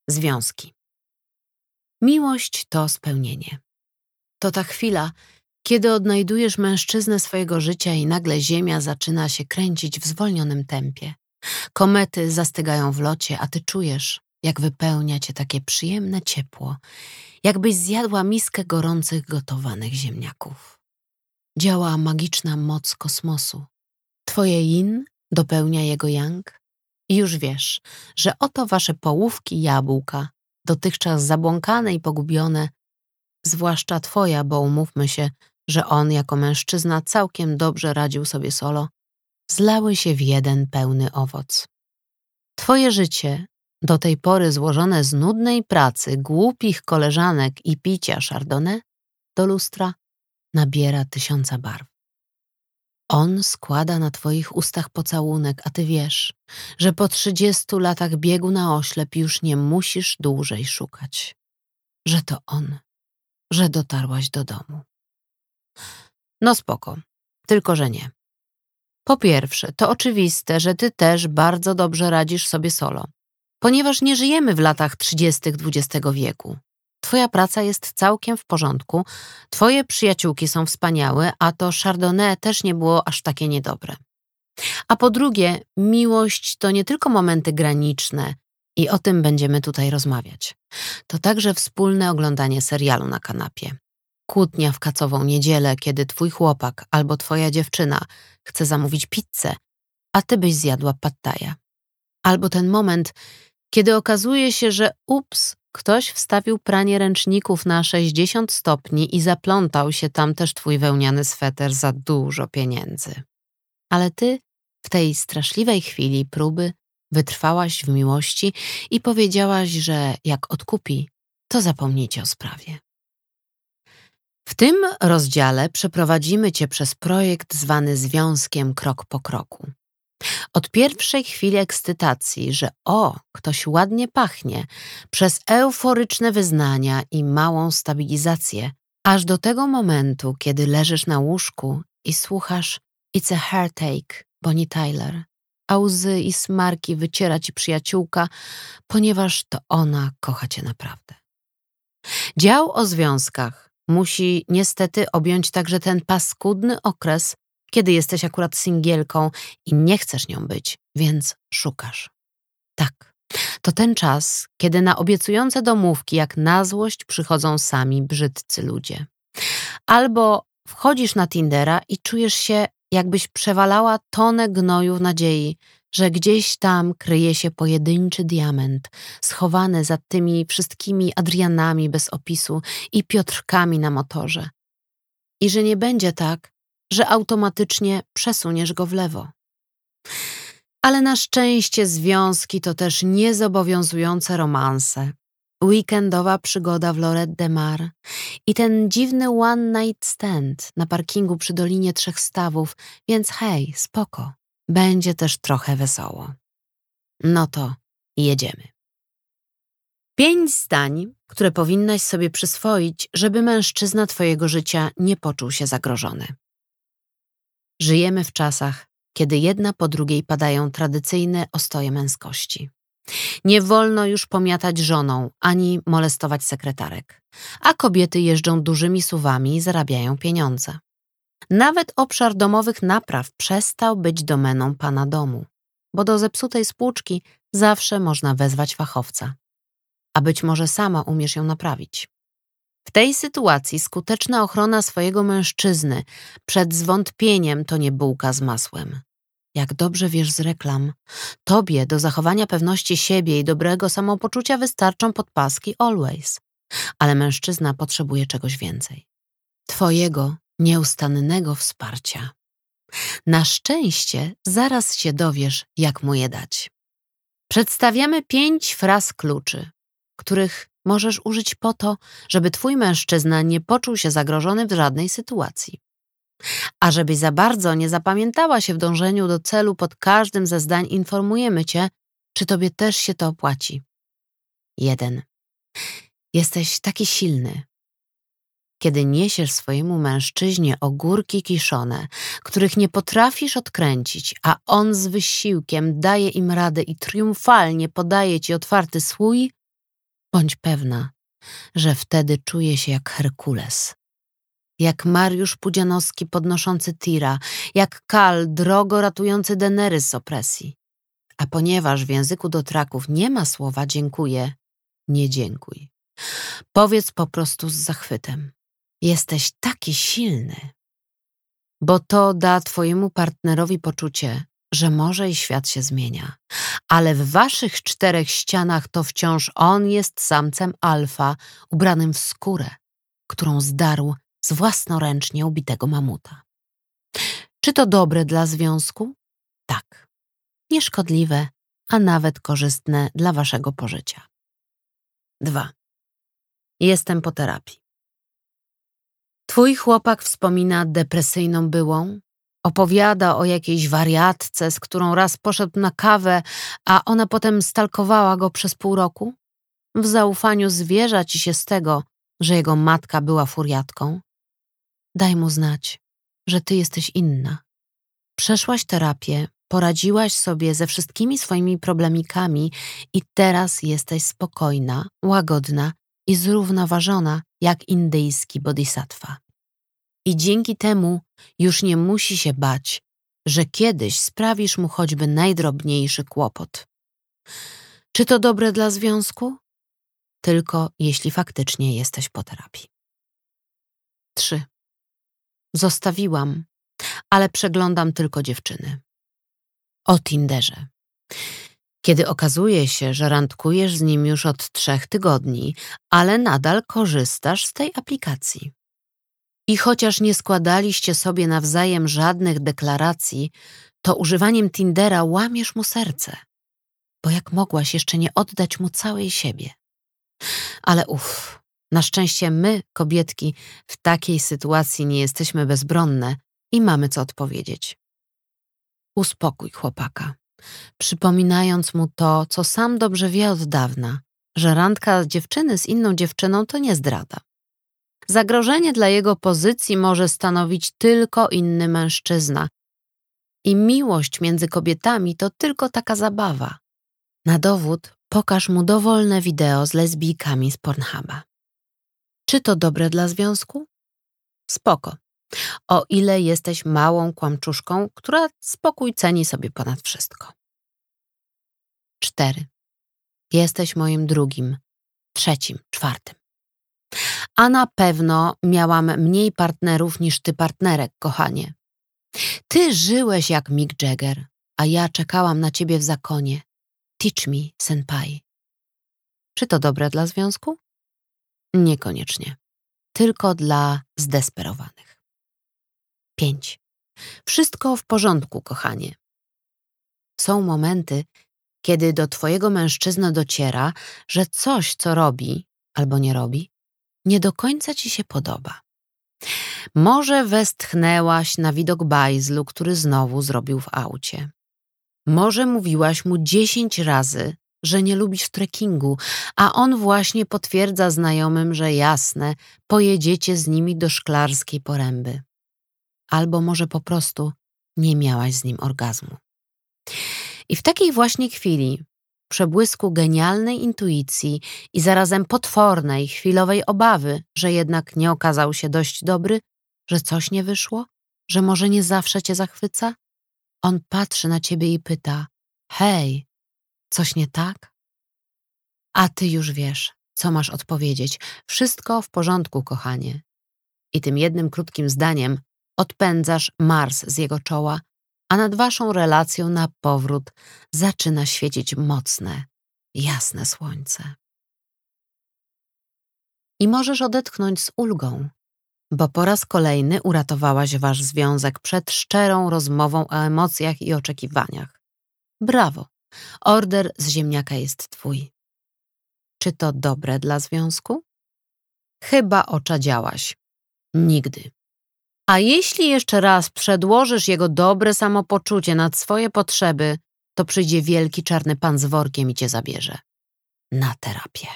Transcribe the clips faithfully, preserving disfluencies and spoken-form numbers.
Związki. Miłość to spełnienie. To ta chwila, kiedy odnajdujesz mężczyznę swojego życia i nagle ziemia zaczyna się kręcić w zwolnionym tempie. Komety zastygają w locie, a ty czujesz, jak wypełnia cię takie przyjemne ciepło, jakbyś zjadła miskę gorących, gotowanych ziemniaków. Działa magiczna moc kosmosu. Twoje yin dopełnia jego yang i już wiesz, że oto wasze połówki jabłka, dotychczas zabłąkane i pogubione, zwłaszcza twoja, bo umówmy się, że on jako mężczyzna całkiem dobrze radził sobie solo, zlały się w jeden pełny owoc. Twoje życie, do tej pory złożone z nudnej pracy, głupich koleżanek i picia chardonnay, do lustra nabiera tysiąca barw. On składa na twoich ustach pocałunek, a ty wiesz, że po trzydziestu latach biegu na oślep już nie musisz dłużej szukać. Że to on, że dotarłaś do domu. No spoko, tylko że nie. Po pierwsze, to oczywiste, że ty też bardzo dobrze radzisz sobie solo, ponieważ nie żyjemy w latach trzydziestych dwudziestego wieku. Twoja praca jest całkiem w porządku, twoje przyjaciółki są wspaniałe, a to chardonnay też nie było aż takie niedobre. A po drugie, miłość to nie tylko momenty graniczne i o tym będziemy tutaj rozmawiać. To także wspólne oglądanie serialu na kanapie. Kłótnia w kacową niedzielę, kiedy twój chłopak albo twoja dziewczyna chce zamówić pizzę, a ty byś zjadła pad thaja. Albo ten moment, kiedy okazuje się, że ups, ktoś wstawił pranie ręczników na sześćdziesiąt stopni i zaplątał się tam też twój wełniany sweter za dużo pieniędzy. Ale ty w tej straszliwej chwili próby wytrwałaś w miłości i powiedziałaś, że jak odkupi, to zapomnijcie o sprawie. W tym rozdziale przeprowadzimy cię przez projekt zwany związkiem krok po kroku. Od pierwszej chwili ekscytacji, że o, ktoś ładnie pachnie, przez euforyczne wyznania i małą stabilizację, aż do tego momentu, kiedy leżysz na łóżku i słuchasz It's a Heartache, Bonnie Tyler, a łzy i smarki wyciera ci przyjaciółka, ponieważ to ona kocha cię naprawdę. Dział o związkach musi niestety objąć także ten paskudny okres, kiedy jesteś akurat singielką i nie chcesz nią być, więc szukasz. Tak, to ten czas, kiedy na obiecujące domówki jak na złość przychodzą sami brzydcy ludzie. Albo wchodzisz na Tindera i czujesz się, jakbyś przewalała tonę gnoju w nadziei, że gdzieś tam kryje się pojedynczy diament, schowany za tymi wszystkimi Adrianami bez opisu i Piotrkami na motorze. I że nie będzie tak, że automatycznie przesuniesz go w lewo. Ale na szczęście związki to też niezobowiązujące romanse, weekendowa przygoda w Lorette de Mar i ten dziwny one night stand na parkingu przy Dolinie Trzech Stawów, więc hej, spoko, będzie też trochę wesoło. No to jedziemy. Pięć zdań, które powinnaś sobie przyswoić, żeby mężczyzna twojego życia nie poczuł się zagrożony. Żyjemy w czasach, kiedy jedna po drugiej padają tradycyjne ostoje męskości. Nie wolno już pomiatać żoną, ani molestować sekretarek, a kobiety jeżdżą dużymi suwami i zarabiają pieniądze. Nawet obszar domowych napraw przestał być domeną pana domu, bo do zepsutej spłuczki zawsze można wezwać fachowca, a być może sama umiesz ją naprawić. W tej sytuacji skuteczna ochrona swojego mężczyzny przed zwątpieniem to nie bułka z masłem. Jak dobrze wiesz z reklam, tobie do zachowania pewności siebie i dobrego samopoczucia wystarczą podpaski Always, ale mężczyzna potrzebuje czegoś więcej. Twojego nieustannego wsparcia. Na szczęście zaraz się dowiesz, jak mu je dać. Przedstawiamy pięć fraz kluczy, których możesz użyć po to, żeby twój mężczyzna nie poczuł się zagrożony w żadnej sytuacji. A żebyś za bardzo nie zapamiętała się w dążeniu do celu, pod każdym ze zdań informujemy cię, czy tobie też się to opłaci. jeden. Jesteś taki silny. Kiedy niesiesz swojemu mężczyźnie ogórki kiszone, których nie potrafisz odkręcić, a on z wysiłkiem daje im radę i triumfalnie podaje ci otwarty słój, Bądź pewna, że wtedy czuje się jak Herkules. Jak Mariusz Pudzianowski podnoszący tira, jak Kal drogo ratujący Daenerys z opresji. A ponieważ w języku dotraków nie ma słowa dziękuję, nie dziękuj. Powiedz po prostu z zachwytem. Jesteś taki silny. Bo to da twojemu partnerowi poczucie, że może i świat się zmienia. Ale w waszych czterech ścianach to wciąż on jest samcem alfa, ubranym w skórę, którą zdarł z własnoręcznie ubitego mamuta. Czy to dobre dla związku? Tak. Nieszkodliwe, a nawet korzystne dla waszego pożycia. Dwa. Jestem po terapii. Twój chłopak wspomina depresyjną byłą, opowiada o jakiejś wariatce, z którą raz poszedł na kawę, a ona potem stalkowała go przez pół roku? W zaufaniu zwierza ci się z tego, że jego matka była furiatką? Daj mu znać, że ty jesteś inna. Przeszłaś terapię, poradziłaś sobie ze wszystkimi swoimi problemikami i teraz jesteś spokojna, łagodna i zrównoważona jak indyjski bodhisattva. I dzięki temu już nie musi się bać, że kiedyś sprawisz mu choćby najdrobniejszy kłopot. Czy to dobre dla związku? Tylko jeśli faktycznie jesteś po terapii. Trzy. Zostawiłam, ale przeglądam tylko dziewczyny. O Tinderze. Kiedy okazuje się, że randkujesz z nim już od trzech tygodni, ale nadal korzystasz z tej aplikacji. I chociaż nie składaliście sobie nawzajem żadnych deklaracji, to używaniem Tindera łamiesz mu serce, bo jak mogłaś jeszcze nie oddać mu całej siebie. Ale uff, na szczęście my, kobietki, w takiej sytuacji nie jesteśmy bezbronne i mamy co odpowiedzieć. Uspokój chłopaka, przypominając mu to, co sam dobrze wie od dawna, że randka dziewczyny z inną dziewczyną to nie zdrada. Zagrożenie dla jego pozycji może stanowić tylko inny mężczyzna. I miłość między kobietami to tylko taka zabawa. Na dowód pokaż mu dowolne wideo z lesbijkami z Pornhuba. Czy to dobre dla związku? Spoko. O ile jesteś małą kłamczuszką, która spokój ceni sobie ponad wszystko. Cztery. Jesteś moim drugim, trzecim, czwartym. A na pewno miałam mniej partnerów niż ty partnerek, kochanie. Ty żyłeś jak Mick Jagger, a ja czekałam na ciebie w zakonie. Teach me, senpai. Czy to dobre dla związku? Niekoniecznie. Tylko dla zdesperowanych. Pięć. Wszystko w porządku, kochanie. Są momenty, kiedy do twojego mężczyzny dociera, że coś, co robi albo nie robi, nie do końca ci się podoba. Może westchnęłaś na widok bajzlu, który znowu zrobił w aucie. Może mówiłaś mu dziesięć razy, że nie lubisz trekkingu, a on właśnie potwierdza znajomym, że jasne, pojedziecie z nimi do Szklarskiej Poręby. Albo może po prostu nie miałaś z nim orgazmu. I w takiej właśnie chwili, przebłysku genialnej intuicji i zarazem potwornej, chwilowej obawy, że jednak nie okazał się dość dobry, że coś nie wyszło, że może nie zawsze cię zachwyca, on patrzy na ciebie i pyta: hej, coś nie tak? A ty już wiesz, co masz odpowiedzieć. Wszystko w porządku, kochanie. I tym jednym krótkim zdaniem odpędzasz Mars z jego czoła, a nad waszą relacją na powrót zaczyna świecić mocne, jasne słońce. I możesz odetchnąć z ulgą, bo po raz kolejny uratowałaś wasz związek przed szczerą rozmową o emocjach i oczekiwaniach. Brawo! Order z ziemniaka jest twój. Czy to dobre dla związku? Chyba oczadziałaś. Nigdy. A jeśli jeszcze raz przedłożysz jego dobre samopoczucie nad swoje potrzeby, to przyjdzie wielki czarny pan z workiem i cię zabierze. Na terapię.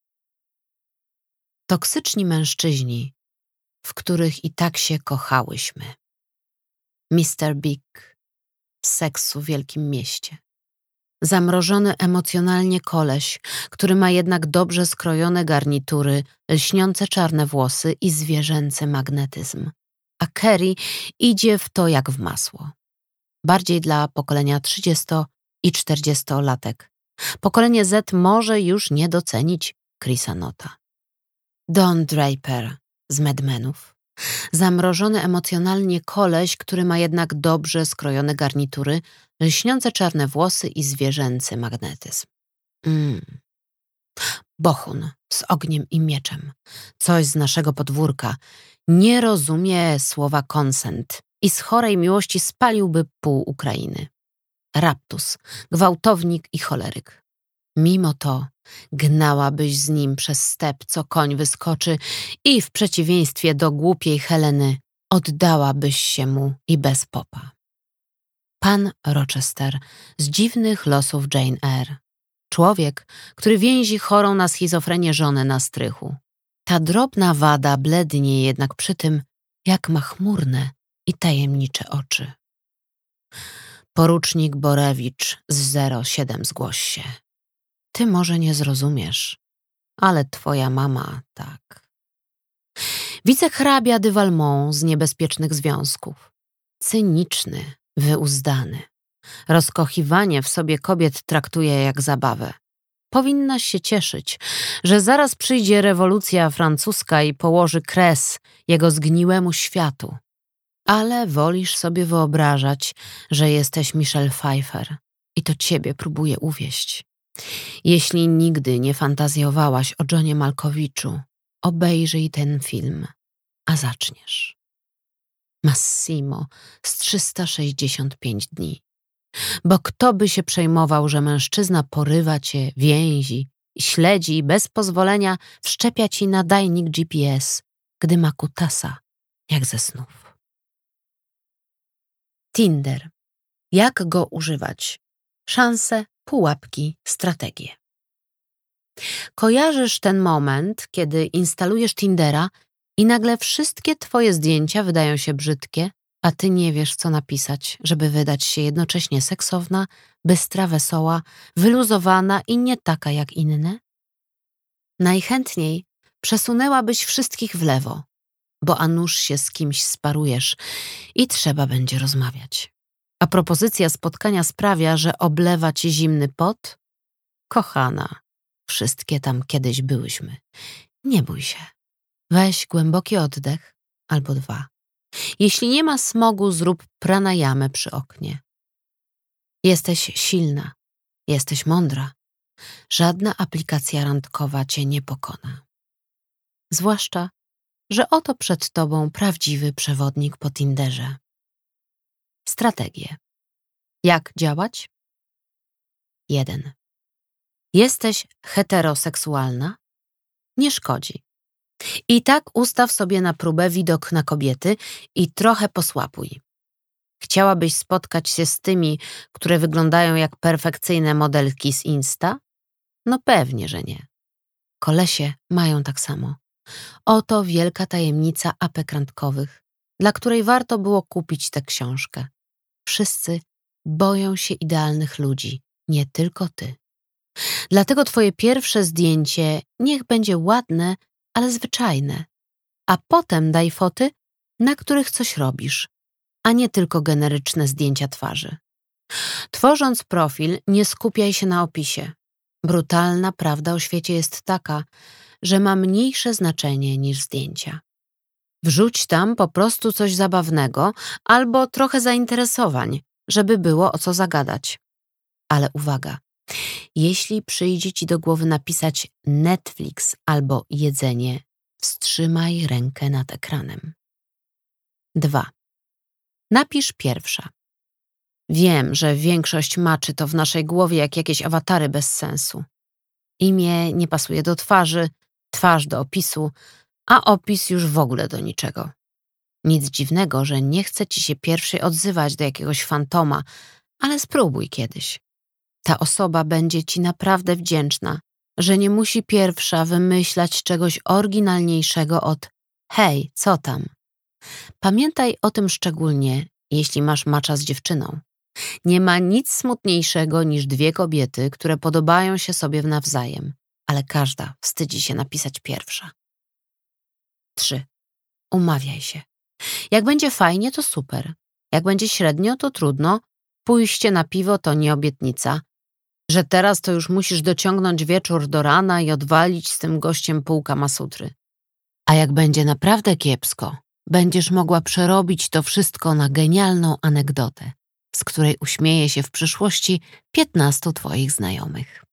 Toksyczni mężczyźni, w których i tak się kochałyśmy. mister Big z Seksu w Wielkim Mieście. Zamrożony emocjonalnie koleś, który ma jednak dobrze skrojone garnitury, lśniące czarne włosy i zwierzęcy magnetyzm. A Carrie idzie w to jak w masło. Bardziej dla pokolenia trzydziesto- i czterdziestolatek. Pokolenie Z może już nie docenić Chrisa Nota. Don Draper z Mad Menów. Zamrożony emocjonalnie koleś, który ma jednak dobrze skrojone garnitury, lśniące czarne włosy i zwierzęcy magnetyzm. Mm. Bohun z ogniem i mieczem. Coś z naszego podwórka. Nie rozumie słowa consent i z chorej miłości spaliłby pół Ukrainy. Raptus, gwałtownik i choleryk. Mimo to gnałabyś z nim przez step, co koń wyskoczy i w przeciwieństwie do głupiej Heleny oddałabyś się mu i bez popa. Pan Rochester z dziwnych losów Jane Eyre. Człowiek, który więzi chorą na schizofrenię żonę na strychu. Ta drobna wada blednie jednak przy tym, jak ma chmurne i tajemnicze oczy. Porucznik Borewicz z zero siedem zgłoś się. Ty może nie zrozumiesz, ale twoja mama tak. Wicehrabia de Valmont z niebezpiecznych związków. Cyniczny, wyuzdany. Rozkochiwanie w sobie kobiet traktuje jak zabawę. Powinnaś się cieszyć, że zaraz przyjdzie rewolucja francuska i położy kres jego zgniłemu światu. Ale wolisz sobie wyobrażać, że jesteś Michelle Pfeiffer i to ciebie próbuje uwieść. Jeśli nigdy nie fantazjowałaś o Johnie Malkowiczu, obejrzyj ten film, a zaczniesz. Massimo z trzysta sześćdziesiąt pięć dni. Bo kto by się przejmował, że mężczyzna porywa cię, więzi i śledzi i bez pozwolenia wszczepia ci nadajnik G P S, gdy ma kutasa, jak ze snów. Tinder. Jak go używać? Szanse, pułapki, strategie. Kojarzysz ten moment, kiedy instalujesz Tindera i nagle wszystkie twoje zdjęcia wydają się brzydkie, a ty nie wiesz, co napisać, żeby wydać się jednocześnie seksowna, bystra, wesoła, wyluzowana i nie taka jak inne? Najchętniej przesunęłabyś wszystkich w lewo, bo a nuż się z kimś sparujesz i trzeba będzie rozmawiać. A propozycja spotkania sprawia, że oblewa ci zimny pot? Kochana, wszystkie tam kiedyś byłyśmy. Nie bój się. Weź głęboki oddech albo dwa. Jeśli nie ma smogu, zrób pranayamę przy oknie. Jesteś silna, jesteś mądra. Żadna aplikacja randkowa cię nie pokona. Zwłaszcza, że oto przed tobą prawdziwy przewodnik po Tinderze. Strategie. Jak działać? jeden. Jesteś heteroseksualna? Nie szkodzi. I tak ustaw sobie na próbę widok na kobiety i trochę posłapuj. Chciałabyś spotkać się z tymi, które wyglądają jak perfekcyjne modelki z Insta? No pewnie, że nie. Kolesie mają tak samo. Oto wielka tajemnica apek randkowych, dla której warto było kupić tę książkę. Wszyscy boją się idealnych ludzi, nie tylko ty. Dlatego twoje pierwsze zdjęcie niech będzie ładne, ale zwyczajne, a potem daj foty, na których coś robisz, a nie tylko generyczne zdjęcia twarzy. Tworząc profil, nie skupiaj się na opisie. Brutalna prawda o świecie jest taka, że ma mniejsze znaczenie niż zdjęcia. Wrzuć tam po prostu coś zabawnego albo trochę zainteresowań, żeby było o co zagadać. Ale uwaga, jeśli przyjdzie ci do głowy napisać Netflix albo jedzenie, wstrzymaj rękę nad ekranem. dwa. Napisz pierwsza. Wiem, że większość maczy to w naszej głowie jak jakieś awatary bez sensu. Imię nie pasuje do twarzy, twarz do opisu, a opis już w ogóle do niczego. Nic dziwnego, że nie chce ci się pierwszej odzywać do jakiegoś fantoma, ale spróbuj kiedyś. Ta osoba będzie ci naprawdę wdzięczna, że nie musi pierwsza wymyślać czegoś oryginalniejszego od hej, co tam? Pamiętaj o tym szczególnie, jeśli masz macza z dziewczyną. Nie ma nic smutniejszego niż dwie kobiety, które podobają się sobie nawzajem, ale każda wstydzi się napisać pierwsza. trzy. Umawiaj się. Jak będzie fajnie, to super. Jak będzie średnio, to trudno. Pójście na piwo to nie obietnica. Że teraz to już musisz dociągnąć wieczór do rana i odwalić z tym gościem pół kamasutry. A jak będzie naprawdę kiepsko, będziesz mogła przerobić to wszystko na genialną anegdotę, z której uśmieje się w przyszłości piętnastu twoich znajomych.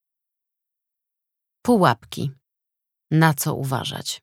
Pułapki. Na co uważać?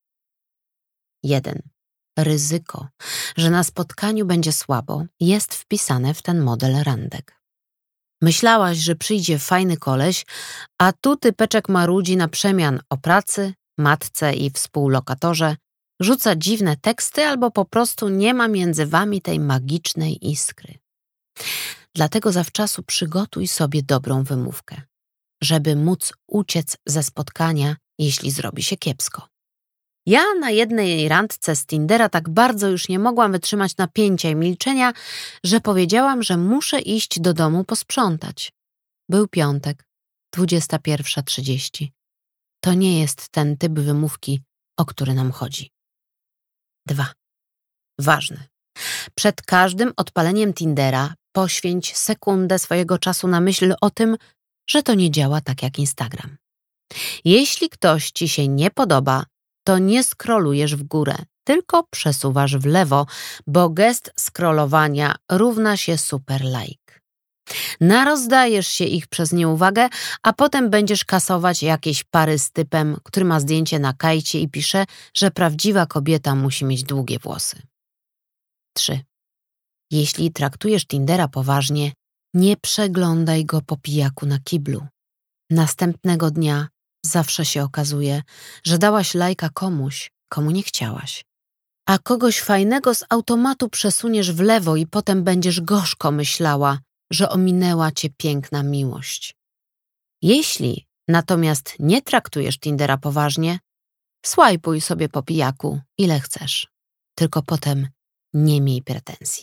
jeden. Ryzyko, że na spotkaniu będzie słabo, jest wpisane w ten model randek. Myślałaś, że przyjdzie fajny koleś, a tu typeczek marudzi na przemian o pracy, matce i współlokatorze, rzuca dziwne teksty albo po prostu nie ma między wami tej magicznej iskry. Dlatego zawczasu przygotuj sobie dobrą wymówkę, żeby móc uciec ze spotkania, jeśli zrobi się kiepsko. Ja na jednej randce z Tindera tak bardzo już nie mogłam wytrzymać napięcia i milczenia, że powiedziałam, że muszę iść do domu posprzątać. Był piątek, dwudziesta pierwsza trzydzieści. To nie jest ten typ wymówki, o który nam chodzi. dwa. Ważne. Przed każdym odpaleniem Tindera poświęć sekundę swojego czasu na myśl o tym, że to nie działa tak jak Instagram. Jeśli ktoś ci się nie podoba, to nie scrollujesz w górę, tylko przesuwasz w lewo, bo gest scrollowania równa się super like. Narozdajesz się ich przez nieuwagę, a potem będziesz kasować jakieś pary z typem, który ma zdjęcie na kajcie i pisze, że prawdziwa kobieta musi mieć długie włosy. trzy. Jeśli traktujesz Tindera poważnie, nie przeglądaj go po pijaku na kiblu. Następnego dnia zawsze się okazuje, że dałaś lajka komuś, komu nie chciałaś. A kogoś fajnego z automatu przesuniesz w lewo i potem będziesz gorzko myślała, że ominęła cię piękna miłość. Jeśli natomiast nie traktujesz Tindera poważnie, swajpuj sobie po pijaku ile chcesz, tylko potem nie miej pretensji.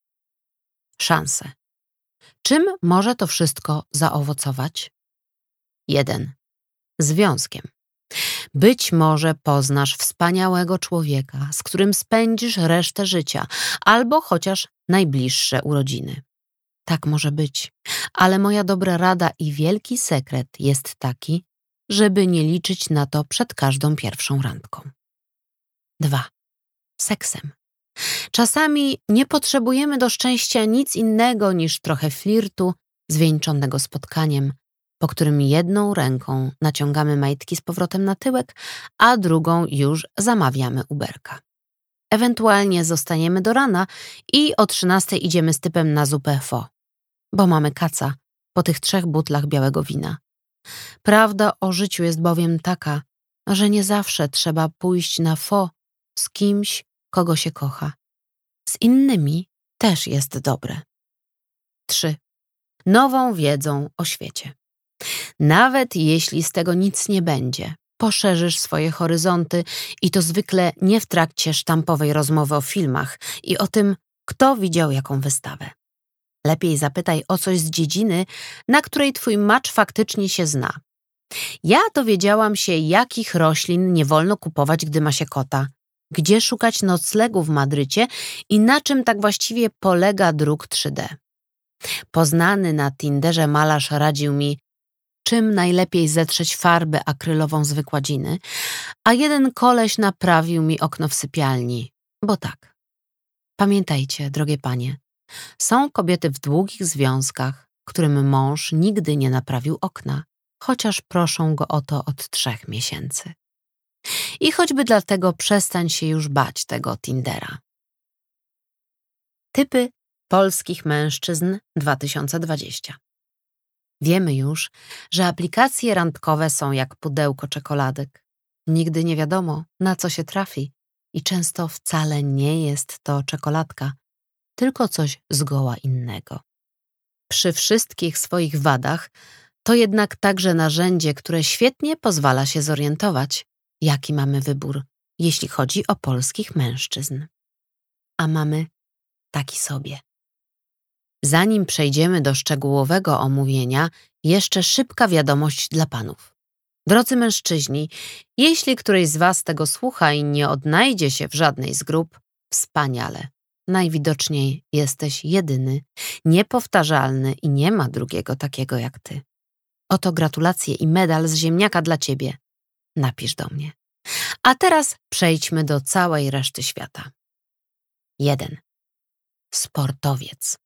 Szanse. Czym może to wszystko zaowocować? jeden. Związkiem. Być może poznasz wspaniałego człowieka, z którym spędzisz resztę życia, albo chociaż najbliższe urodziny. Tak może być, ale moja dobra rada i wielki sekret jest taki, żeby nie liczyć na to przed każdą pierwszą randką. dwa. Seksem. Czasami nie potrzebujemy do szczęścia nic innego niż trochę flirtu zwieńczonego spotkaniem, po którym jedną ręką naciągamy majtki z powrotem na tyłek, a drugą już zamawiamy Uberka. Ewentualnie zostaniemy do rana i o trzynastej idziemy z typem na zupę pho, bo mamy kaca po tych trzech butlach białego wina. Prawda o życiu jest bowiem taka, że nie zawsze trzeba pójść na pho z kimś, kogo się kocha. Z innymi też jest dobre. trzy. Nową wiedzą o świecie. Nawet jeśli z tego nic nie będzie, poszerzysz swoje horyzonty i to zwykle nie w trakcie sztampowej rozmowy o filmach i o tym, kto widział jaką wystawę. Lepiej zapytaj o coś z dziedziny, na której twój macz faktycznie się zna. Ja dowiedziałam się, jakich roślin nie wolno kupować, gdy ma się kota, gdzie szukać noclegu w Madrycie i na czym tak właściwie polega druk trzy D. Poznany na Tinderze malarz radził mi, czym najlepiej zetrzeć farbę akrylową z wykładziny, a jeden koleś naprawił mi okno w sypialni, bo tak. Pamiętajcie, drogie panie, są kobiety w długich związkach, którym mąż nigdy nie naprawił okna, chociaż proszą go o to od trzech miesięcy. I choćby dlatego przestań się już bać tego Tindera. Typy polskich mężczyzn dwa tysiące dwudziesty. Wiemy już, że aplikacje randkowe są jak pudełko czekoladek. Nigdy nie wiadomo, na co się trafi i często wcale nie jest to czekoladka, tylko coś zgoła innego. Przy wszystkich swoich wadach to jednak także narzędzie, które świetnie pozwala się zorientować, jaki mamy wybór, jeśli chodzi o polskich mężczyzn. A mamy taki sobie. Zanim przejdziemy do szczegółowego omówienia, jeszcze szybka wiadomość dla panów. Drodzy mężczyźni, jeśli któryś z was tego słucha i nie odnajdzie się w żadnej z grup, wspaniale. Najwidoczniej jesteś jedyny, niepowtarzalny i nie ma drugiego takiego jak ty. Oto gratulacje i medal z ziemniaka dla ciebie. Napisz do mnie. A teraz przejdźmy do całej reszty świata. jeden. Sportowiec.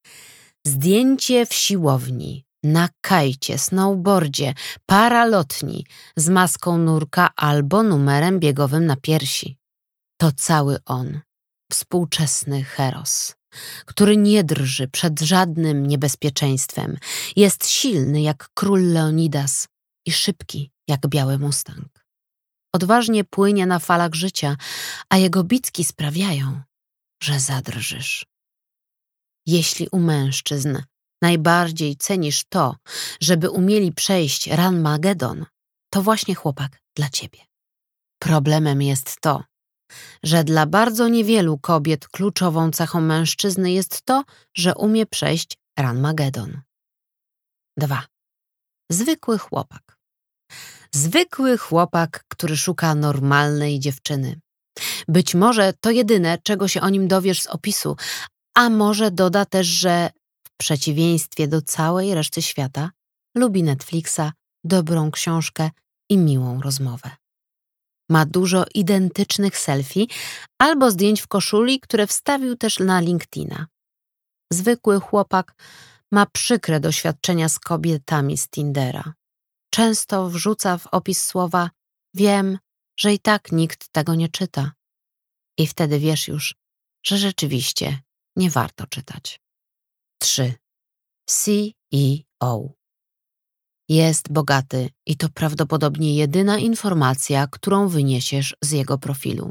Zdjęcie w siłowni, na kajcie, snowboardzie, paralotni, z maską nurka albo numerem biegowym na piersi. To cały on, współczesny heros, który nie drży przed żadnym niebezpieczeństwem, jest silny jak król Leonidas i szybki jak biały mustang. Odważnie płynie na falach życia, a jego bitki sprawiają, że zadrżysz. Jeśli u mężczyzn najbardziej cenisz to, żeby umieli przejść Ranmagedon, to właśnie chłopak dla ciebie. Problemem jest to, że dla bardzo niewielu kobiet kluczową cechą mężczyzny jest to, że umie przejść Ranmagedon. dwa. Zwykły chłopak. Zwykły chłopak, który szuka normalnej dziewczyny. Być może to jedyne, czego się o nim dowiesz z opisu, a może doda też, że w przeciwieństwie do całej reszty świata lubi Netflixa, dobrą książkę i miłą rozmowę. Ma dużo identycznych selfie albo zdjęć w koszuli, które wstawił też na LinkedIna. Zwykły chłopak ma przykre doświadczenia z kobietami z Tindera. Często wrzuca w opis słowa „wiem, że i tak nikt tego nie czyta”. I wtedy wiesz już, że rzeczywiście nie warto czytać. trzy. C E O. Jest bogaty i to prawdopodobnie jedyna informacja, którą wyniesiesz z jego profilu.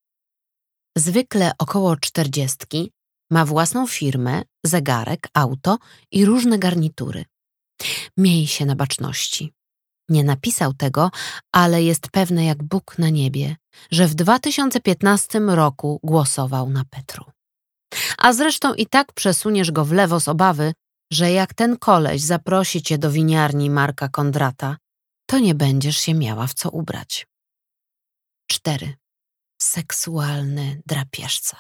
Zwykle około czterdziestki, ma własną firmę, zegarek, auto i różne garnitury. Miej się na baczności. Nie napisał tego, ale jest pewny jak Bóg na niebie, że w dwa tysiące piętnastym roku głosował na Petru. A zresztą i tak przesuniesz go w lewo z obawy, że jak ten koleś zaprosi cię do winiarni Marka Kondrata, to nie będziesz się miała w co ubrać. cztery. Seksualny drapieżca.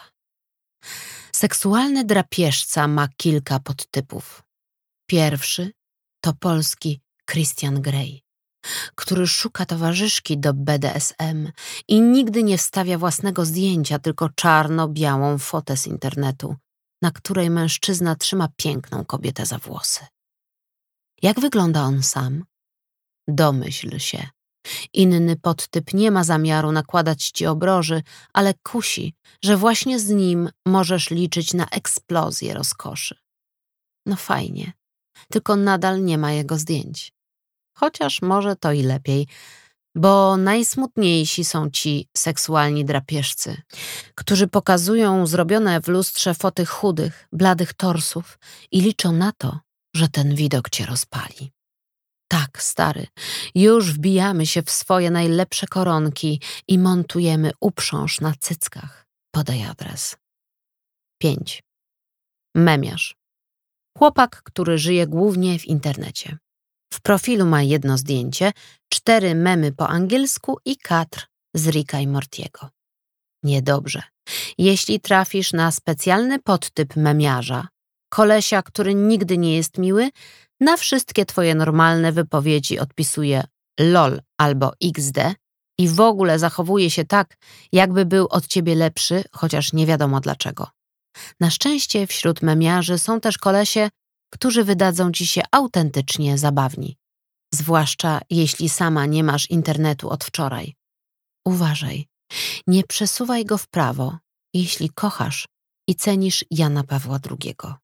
Seksualny drapieżca ma kilka podtypów. Pierwszy to polski Christian Grey, który szuka towarzyszki do B D S M i nigdy nie wstawia własnego zdjęcia, tylko czarno-białą fotę z internetu, na której mężczyzna trzyma piękną kobietę za włosy. Jak wygląda on sam? Domyśl się. Inny podtyp nie ma zamiaru nakładać ci obroży, ale kusi, że właśnie z nim możesz liczyć na eksplozję rozkoszy. No fajnie, tylko nadal nie ma jego zdjęć. Chociaż może to i lepiej, bo najsmutniejsi są ci seksualni drapieżcy, którzy pokazują zrobione w lustrze foty chudych, bladych torsów i liczą na to, że ten widok cię rozpali. Tak, stary, już wbijamy się w swoje najlepsze koronki i montujemy uprząż na cyckach. Podaj adres. pięć. Memiarz. Chłopak, który żyje głównie w internecie. W profilu ma jedno zdjęcie, cztery memy po angielsku i kadr z Ricka i Mortiego. Niedobrze. Jeśli trafisz na specjalny podtyp memiarza, kolesia, który nigdy nie jest miły, na wszystkie twoje normalne wypowiedzi odpisuje lol albo iks de i w ogóle zachowuje się tak, jakby był od ciebie lepszy, chociaż nie wiadomo dlaczego. Na szczęście wśród memiarzy są też kolesie, którzy wydadzą ci się autentycznie zabawni. Zwłaszcza jeśli sama nie masz internetu od wczoraj. Uważaj, nie przesuwaj go w prawo, jeśli kochasz i cenisz Jana Pawła drugiego.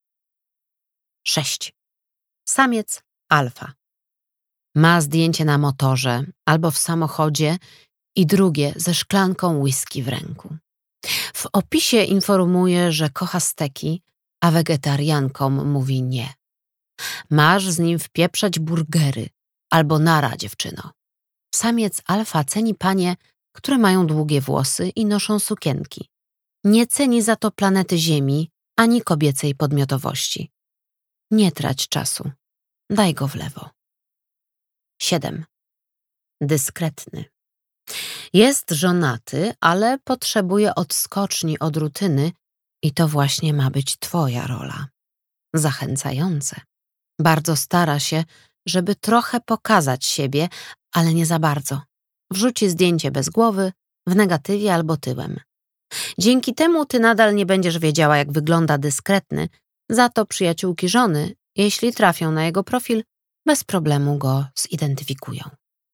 sześć. Samiec alfa. Ma zdjęcie na motorze albo w samochodzie i drugie ze szklanką whisky w ręku. W opisie informuje, że kocha steki, a wegetariankom mówi nie. Masz z nim wpieprzać burgery albo nara, dziewczyno. Samiec alfa ceni panie, które mają długie włosy i noszą sukienki. Nie ceni za to planety Ziemi ani kobiecej podmiotowości. Nie trać czasu. Daj go w lewo. siedem. Dyskretny. Jest żonaty, ale potrzebuje odskoczni od rutyny i to właśnie ma być twoja rola. Zachęcające. Bardzo stara się, żeby trochę pokazać siebie, ale nie za bardzo. Wrzuci zdjęcie bez głowy, w negatywie albo tyłem. Dzięki temu ty nadal nie będziesz wiedziała, jak wygląda dyskretny, za to przyjaciółki żony, jeśli trafią na jego profil, bez problemu go zidentyfikują.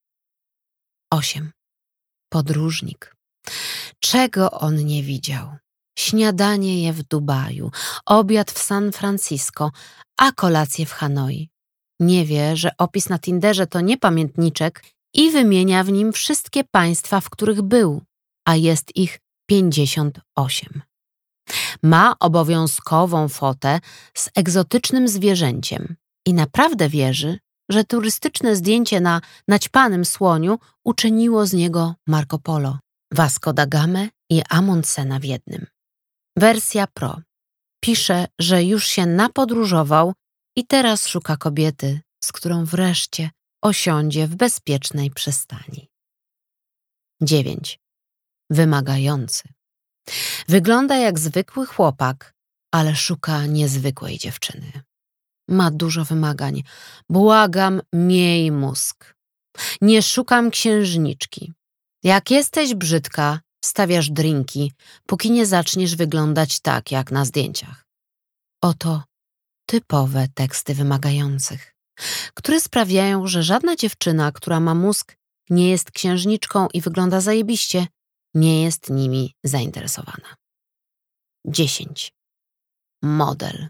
osiem. Podróżnik. Czego on nie widział? Śniadanie je w Dubaju, obiad w San Francisco, a kolację w Hanoi. Nie wie, że opis na Tinderze to nie pamiętniczek i wymienia w nim wszystkie państwa, w których był, a jest ich pięćdziesiąt osiem. Ma obowiązkową fotę z egzotycznym zwierzęciem i naprawdę wierzy, że turystyczne zdjęcie na naćpanym słoniu uczyniło z niego Marco Polo, Vasco da Gamę i Amundsena w jednym. Wersja Pro. Pisze, że już się napodróżował i teraz szuka kobiety, z którą wreszcie osiądzie w bezpiecznej przystani. dziewięć. Wymagający. Wygląda jak zwykły chłopak, ale szuka niezwykłej dziewczyny. Ma dużo wymagań. Błagam, miej mózg. Nie szukam księżniczki. Jak jesteś brzydka, stawiasz drinki, póki nie zaczniesz wyglądać tak, jak na zdjęciach. Oto typowe teksty wymagających, które sprawiają, że żadna dziewczyna, która ma mózg, nie jest księżniczką i wygląda zajebiście, nie jest nimi zainteresowana. dziesięć. Model.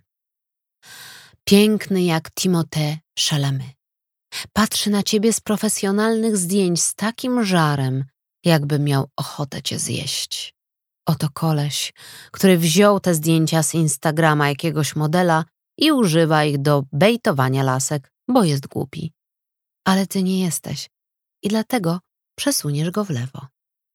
Piękny jak Timothée Chalamet. Patrzy na ciebie z profesjonalnych zdjęć z takim żarem, jakby miał ochotę cię zjeść. Oto koleś, który wziął te zdjęcia z Instagrama jakiegoś modela i używa ich do bejtowania lasek, bo jest głupi. Ale ty nie jesteś i dlatego przesuniesz go w lewo.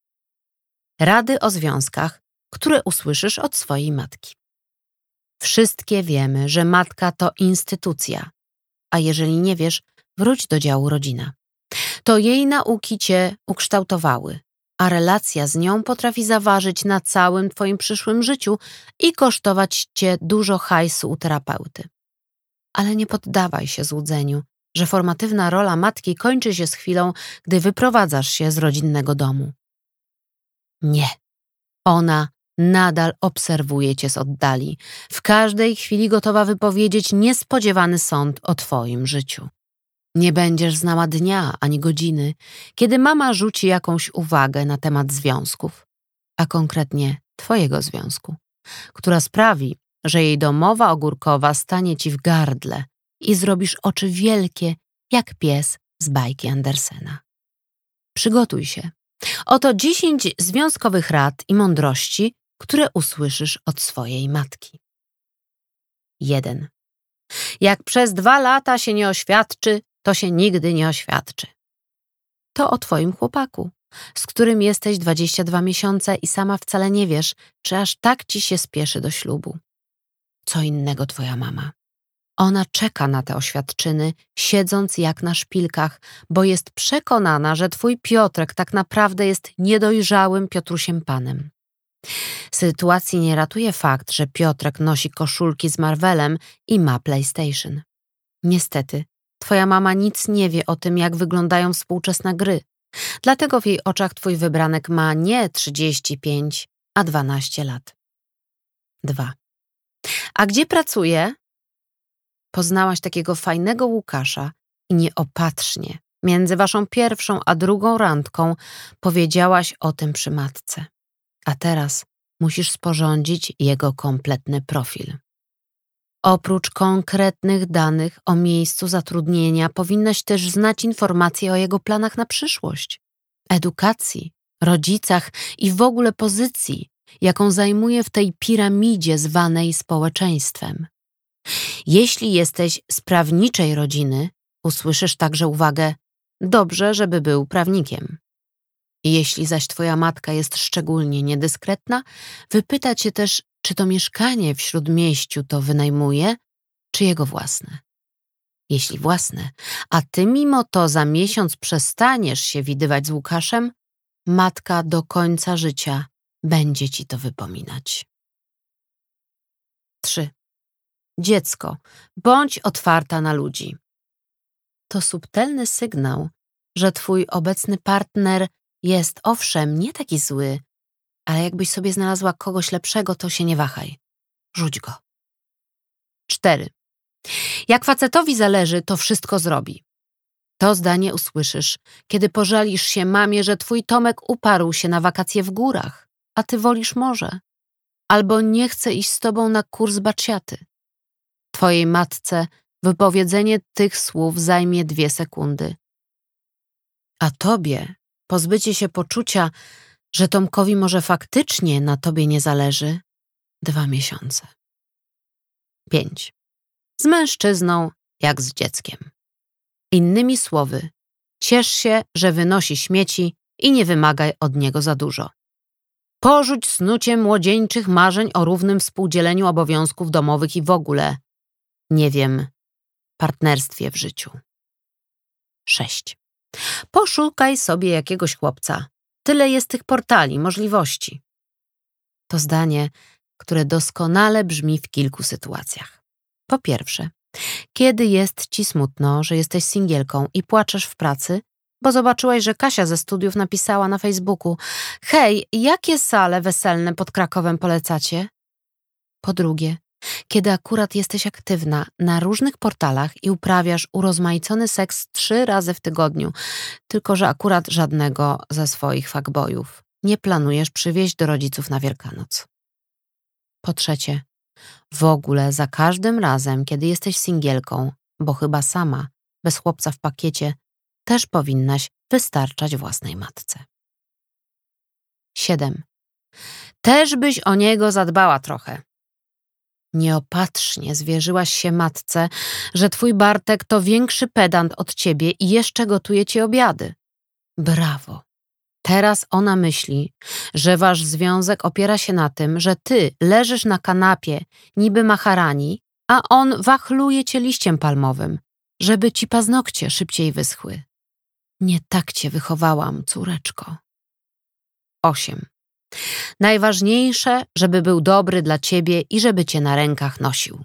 Rady o związkach, które usłyszysz od swojej matki. Wszystkie wiemy, że matka to instytucja, a jeżeli nie wiesz, wróć do działu rodzina. To jej nauki cię ukształtowały, a relacja z nią potrafi zaważyć na całym twoim przyszłym życiu i kosztować cię dużo hajsu u terapeuty. Ale nie poddawaj się złudzeniu, że formatywna rola matki kończy się z chwilą, gdy wyprowadzasz się z rodzinnego domu. Nie. Ona nadal obserwuje cię z oddali, w każdej chwili gotowa wypowiedzieć niespodziewany sąd o twoim życiu. Nie będziesz znała dnia ani godziny, kiedy mama rzuci jakąś uwagę na temat związków, a konkretnie twojego związku, która sprawi, że jej domowa ogórkowa stanie ci w gardle i zrobisz oczy wielkie jak pies z bajki Andersena. Przygotuj się. Oto dziesięć związkowych rad i mądrości, które usłyszysz od swojej matki. jeden. Jak przez dwa lata się nie oświadczy, to się nigdy nie oświadczy. To o twoim chłopaku, z którym jesteś dwadzieścia dwa miesiące i sama wcale nie wiesz, czy aż tak ci się spieszy do ślubu. Co innego twoja mama. Ona czeka na te oświadczyny, siedząc jak na szpilkach, bo jest przekonana, że twój Piotrek tak naprawdę jest niedojrzałym Piotrusiem Panem. Sytuacji nie ratuje fakt, że Piotrek nosi koszulki z Marvelem i ma PlayStation. Niestety, twoja mama nic nie wie o tym, jak wyglądają współczesne gry. Dlatego w jej oczach twój wybranek ma nie trzydzieści pięć, a dwanaście lat. dwa. A gdzie pracuje? Poznałaś takiego fajnego Łukasza i nieopatrznie, między waszą pierwszą a drugą randką, powiedziałaś o tym przy matce. A teraz musisz sporządzić jego kompletny profil. Oprócz konkretnych danych o miejscu zatrudnienia powinnaś też znać informacje o jego planach na przyszłość, edukacji, rodzicach i w ogóle pozycji, jaką zajmuje w tej piramidzie zwanej społeczeństwem. Jeśli jesteś z prawniczej rodziny, usłyszysz także uwagę: dobrze, żeby był prawnikiem. Jeśli zaś twoja matka jest szczególnie niedyskretna, wypyta cię też, czy to mieszkanie w śródmieściu to wynajmuje czy jego własne? Jeśli własne, a ty mimo to za miesiąc przestaniesz się widywać z Łukaszem, matka do końca życia będzie ci to wypominać. trzy. Dziecko, bądź otwarta na ludzi. To subtelny sygnał, że twój obecny partner jest owszem nie taki zły, ale jakbyś sobie znalazła kogoś lepszego, to się nie wahaj. Rzuć go. cztery. Jak facetowi zależy, to wszystko zrobi. To zdanie usłyszysz, kiedy pożalisz się mamie, że twój Tomek uparł się na wakacje w górach, a ty wolisz morze. Albo nie chce iść z tobą na kurs bacziaty. Twojej matce wypowiedzenie tych słów zajmie dwie sekundy. A tobie pozbycie się poczucia, że Tomkowi może faktycznie na tobie nie zależy, dwa miesiące. pięć. Z mężczyzną jak z dzieckiem. Innymi słowy, ciesz się, że wynosi śmieci i nie wymagaj od niego za dużo. Porzuć snucie młodzieńczych marzeń o równym współdzieleniu obowiązków domowych i w ogóle, nie wiem, partnerstwie w życiu. sześć. Poszukaj sobie jakiegoś chłopca. Tyle jest tych portali, możliwości. To zdanie, które doskonale brzmi w kilku sytuacjach. Po pierwsze, kiedy jest ci smutno, że jesteś singielką i płaczesz w pracy, bo zobaczyłaś, że Kasia ze studiów napisała na Facebooku: hej, jakie sale weselne pod Krakowem polecacie? Po drugie, kiedy akurat jesteś aktywna na różnych portalach i uprawiasz urozmaicony seks trzy razy w tygodniu, tylko że akurat żadnego ze swoich fuckboyów nie planujesz przywieźć do rodziców na Wielkanoc. Po trzecie, w ogóle za każdym razem, kiedy jesteś singielką, bo chyba sama, bez chłopca w pakiecie, też powinnaś wystarczać własnej matce. siedem. Też byś o niego zadbała trochę. Nieopatrznie zwierzyłaś się matce, że twój Bartek to większy pedant od ciebie i jeszcze gotuje ci obiady. Brawo. Teraz ona myśli, że wasz związek opiera się na tym, że ty leżysz na kanapie niby maharani, a on wachluje cię liściem palmowym, żeby ci paznokcie szybciej wyschły. Nie tak cię wychowałam, córeczko. osiem. Najważniejsze, żeby był dobry dla ciebie i żeby cię na rękach nosił.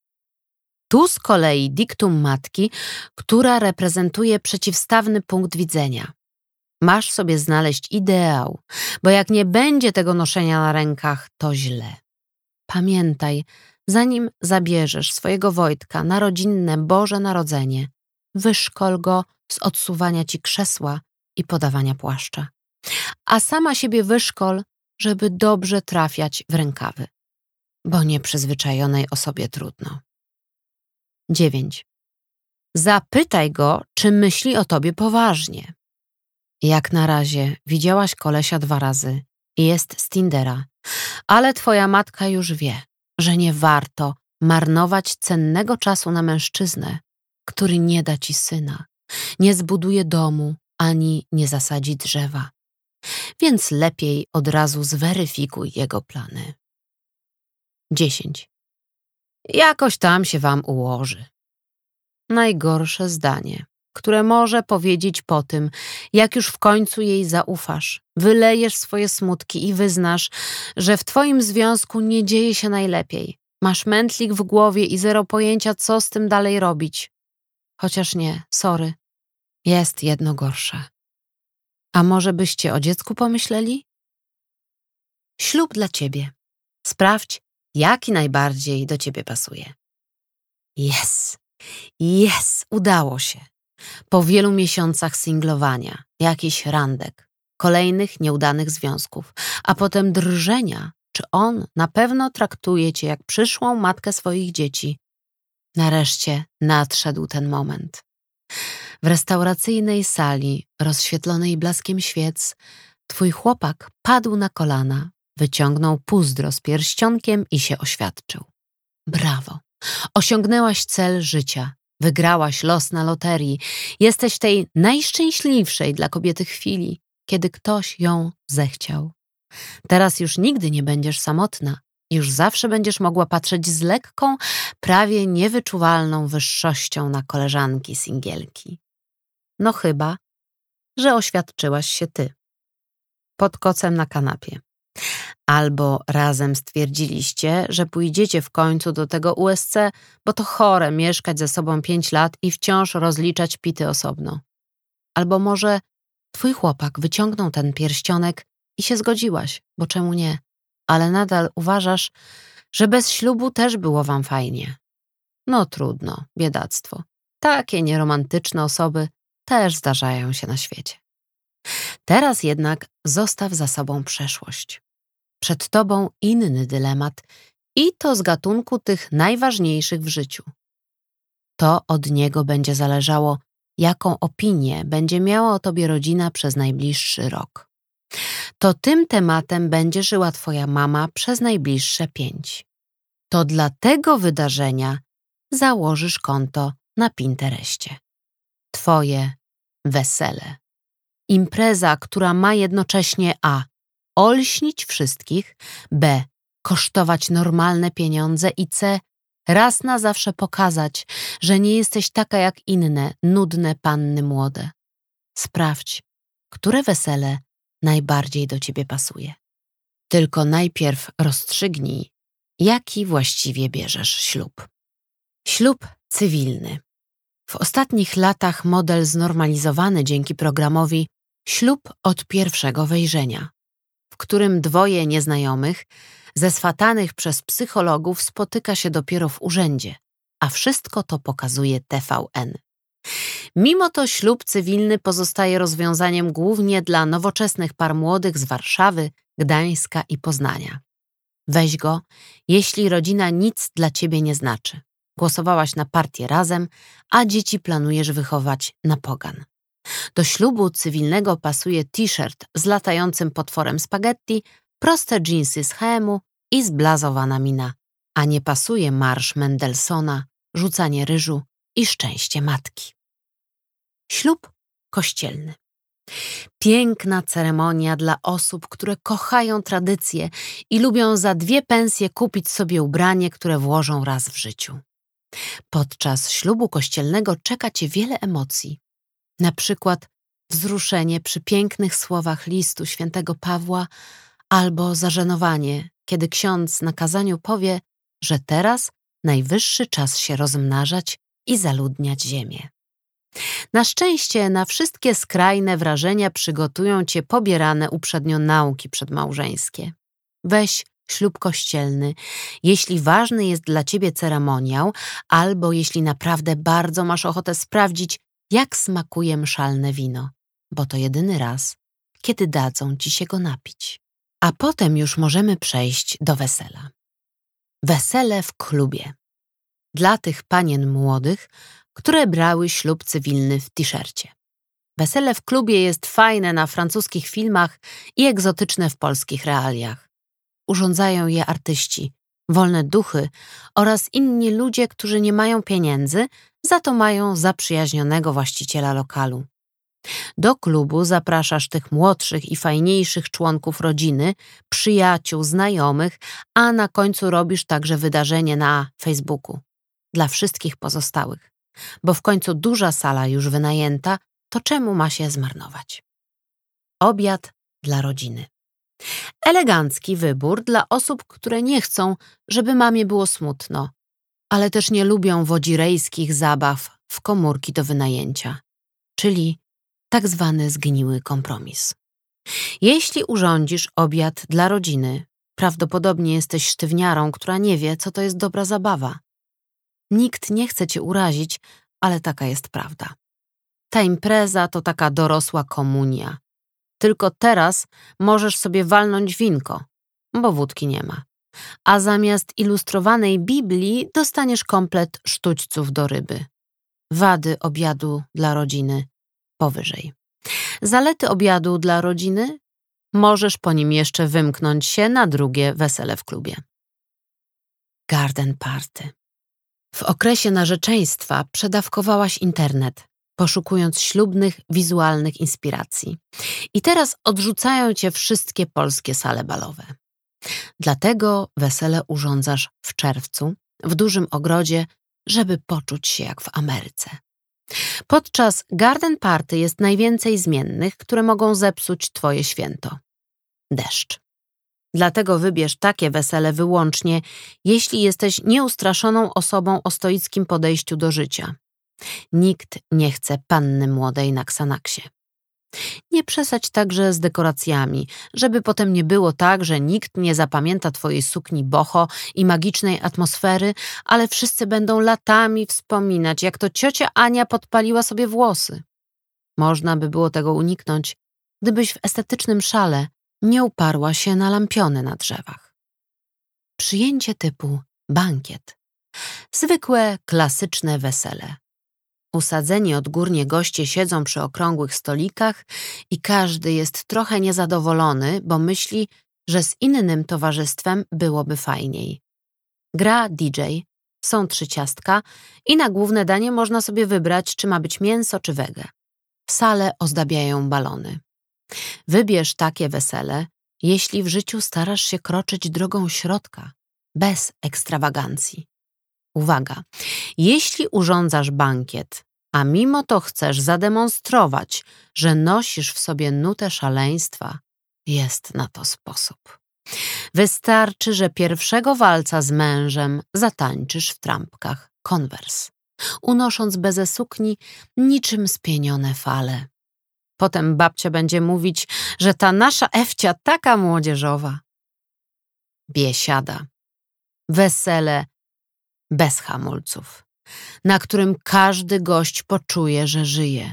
Tu z kolei diktum matki, która reprezentuje przeciwstawny punkt widzenia. Masz sobie znaleźć ideał, bo jak nie będzie tego noszenia na rękach, to źle. Pamiętaj, zanim zabierzesz swojego Wojtka na rodzinne Boże Narodzenie, wyszkol go z odsuwania ci krzesła i podawania płaszcza. A sama siebie wyszkol, żeby dobrze trafiać w rękawy, bo nieprzyzwyczajonej osobie trudno. dziewięć. Zapytaj go, czy myśli o tobie poważnie. Jak na razie widziałaś kolesia dwa razy i jest z Tindera, ale twoja matka już wie, że nie warto marnować cennego czasu na mężczyznę, który nie da ci syna, nie zbuduje domu ani nie zasadzi drzewa. Więc lepiej od razu zweryfikuj jego plany. dziesięć. Jakoś tam się wam ułoży. Najgorsze zdanie, które może powiedzieć po tym, jak już w końcu jej zaufasz, wylejesz swoje smutki i wyznasz, że w twoim związku nie dzieje się najlepiej. Masz mętlik w głowie i zero pojęcia, co z tym dalej robić. Chociaż nie, sorry, jest jedno gorsze. A może byście o dziecku pomyśleli? Ślub dla ciebie. Sprawdź, jaki najbardziej do ciebie pasuje. Yes, yes, udało się. Po wielu miesiącach singlowania, jakichś randek, kolejnych nieudanych związków, a potem drżenia, czy on na pewno traktuje cię jak przyszłą matkę swoich dzieci. Nareszcie nadszedł ten moment. W restauracyjnej sali, rozświetlonej blaskiem świec, twój chłopak padł na kolana, wyciągnął pózdro z pierścionkiem i się oświadczył. Brawo! Osiągnęłaś cel życia, wygrałaś los na loterii, jesteś w tej najszczęśliwszej dla kobiety chwili, kiedy ktoś ją zechciał. Teraz już nigdy nie będziesz samotna, Już zawsze będziesz mogła patrzeć z lekką, prawie niewyczuwalną wyższością na koleżanki singielki. No chyba, że oświadczyłaś się ty. Pod kocem na kanapie. Albo razem stwierdziliście, że pójdziecie w końcu do tego U S C, bo to chore mieszkać ze sobą pięć lat i wciąż rozliczać pity osobno. Albo może twój chłopak wyciągnął ten pierścionek i się zgodziłaś, bo czemu nie? Ale nadal uważasz, że bez ślubu też było wam fajnie. No trudno, biedactwo. Takie nieromantyczne osoby też zdarzają się na świecie. Teraz jednak zostaw za sobą przeszłość. Przed tobą inny dylemat i to z gatunku tych najważniejszych w życiu. To od niego będzie zależało, jaką opinię będzie miała o tobie rodzina przez najbliższy rok. To tym tematem będzie żyła twoja mama przez najbliższe pięć. To dla tego wydarzenia założysz konto na Pinterestie. Twoje wesele. Impreza, która ma jednocześnie a. olśnić wszystkich, b. kosztować normalne pieniądze i c. raz na zawsze pokazać, że nie jesteś taka jak inne, nudne panny młode. Sprawdź, które wesele najbardziej do ciebie pasuje. Tylko najpierw rozstrzygnij, jaki właściwie bierzesz ślub. Ślub cywilny. W ostatnich latach model znormalizowany dzięki programowi Ślub od pierwszego wejrzenia, w którym dwoje nieznajomych, zeswatanych przez psychologów, spotyka się dopiero w urzędzie, a wszystko to pokazuje T V N. Mimo to ślub cywilny pozostaje rozwiązaniem głównie dla nowoczesnych par młodych z Warszawy, Gdańska i Poznania. Weź go, jeśli rodzina nic dla ciebie nie znaczy. Głosowałaś na partię Razem, a dzieci planujesz wychować na pogan. Do ślubu cywilnego pasuje t-shirt z latającym potworem spaghetti, proste dżinsy z H M u i zblazowana mina, a nie pasuje marsz Mendelssohna, rzucanie ryżu i szczęście matki. Ślub kościelny. Piękna ceremonia dla osób, które kochają tradycję i lubią za dwie pensje kupić sobie ubranie, które włożą raz w życiu. Podczas ślubu kościelnego czeka cię wiele emocji. Na przykład wzruszenie przy pięknych słowach listu świętego Pawła albo zażenowanie, kiedy ksiądz na kazaniu powie, że teraz najwyższy czas się rozmnażać i zaludniać ziemię. Na szczęście na wszystkie skrajne wrażenia przygotują cię pobierane uprzednio nauki przedmałżeńskie. Weź ślub kościelny, jeśli ważny jest dla ciebie ceremoniał, albo jeśli naprawdę bardzo masz ochotę sprawdzić, jak smakuje mszalne wino, bo to jedyny raz, kiedy dadzą ci się go napić. A potem już możemy przejść do wesela. Wesele w klubie. Dla tych panien młodych, które brały ślub cywilny w t-shircie. Wesele w klubie jest fajne na francuskich filmach i egzotyczne w polskich realiach. Urządzają je artyści, wolne duchy oraz inni ludzie, którzy nie mają pieniędzy, za to mają zaprzyjaźnionego właściciela lokalu. Do klubu zapraszasz tych młodszych i fajniejszych członków rodziny, przyjaciół, znajomych, a na końcu robisz także wydarzenie na Facebooku dla wszystkich pozostałych, bo w końcu duża sala już wynajęta, to czemu ma się zmarnować? Obiad dla rodziny. Elegancki wybór dla osób, które nie chcą, żeby mamie było smutno, ale też nie lubią wodzirejskich zabaw w komórki do wynajęcia, czyli tak zwany zgniły kompromis. Jeśli urządzisz obiad dla rodziny, prawdopodobnie jesteś sztywniarą, która nie wie, co to jest dobra zabawa. Nikt nie chce cię urazić, ale taka jest prawda. Ta impreza to taka dorosła komunia. Tylko teraz możesz sobie walnąć winko, bo wódki nie ma. A zamiast ilustrowanej Biblii dostaniesz komplet sztućców do ryby. Wady obiadu dla rodziny powyżej. Zalety obiadu dla rodziny? Możesz po nim jeszcze wymknąć się na drugie wesele w klubie. Garden party. W okresie narzeczeństwa przedawkowałaś internet, poszukując ślubnych, wizualnych inspiracji. I teraz odrzucają cię wszystkie polskie sale balowe. Dlatego wesele urządzasz w czerwcu w dużym ogrodzie, żeby poczuć się jak w Ameryce. Podczas garden party jest najwięcej zmiennych, które mogą zepsuć twoje święto. Deszcz. Dlatego wybierz takie wesele wyłącznie, jeśli jesteś nieustraszoną osobą o stoickim podejściu do życia. Nikt nie chce panny młodej na Xanaxie. Nie przesadź także z dekoracjami, żeby potem nie było tak, że nikt nie zapamięta twojej sukni boho i magicznej atmosfery, ale wszyscy będą latami wspominać, jak to ciocia Ania podpaliła sobie włosy. Można by było tego uniknąć, gdybyś w estetycznym szale nie uparła się na lampiony na drzewach. Przyjęcie typu bankiet. Zwykłe, klasyczne wesele. Usadzeni odgórnie goście siedzą przy okrągłych stolikach i każdy jest trochę niezadowolony, bo myśli, że z innym towarzystwem byłoby fajniej. Gra D J, są trzy ciastka i na główne danie można sobie wybrać, czy ma być mięso czy wege. Salę ozdabiają balony. Wybierz takie wesele, jeśli w życiu starasz się kroczyć drogą środka, bez ekstrawagancji. Uwaga, jeśli urządzasz bankiet, a mimo to chcesz zademonstrować, że nosisz w sobie nutę szaleństwa, jest na to sposób. Wystarczy, że pierwszego walca z mężem zatańczysz w trampkach Converse, unosząc bezę sukni niczym spienione fale. Potem babcia będzie mówić, że ta nasza Ewcia taka młodzieżowa. Biesiada. Wesele bez hamulców, na którym każdy gość poczuje, że żyje.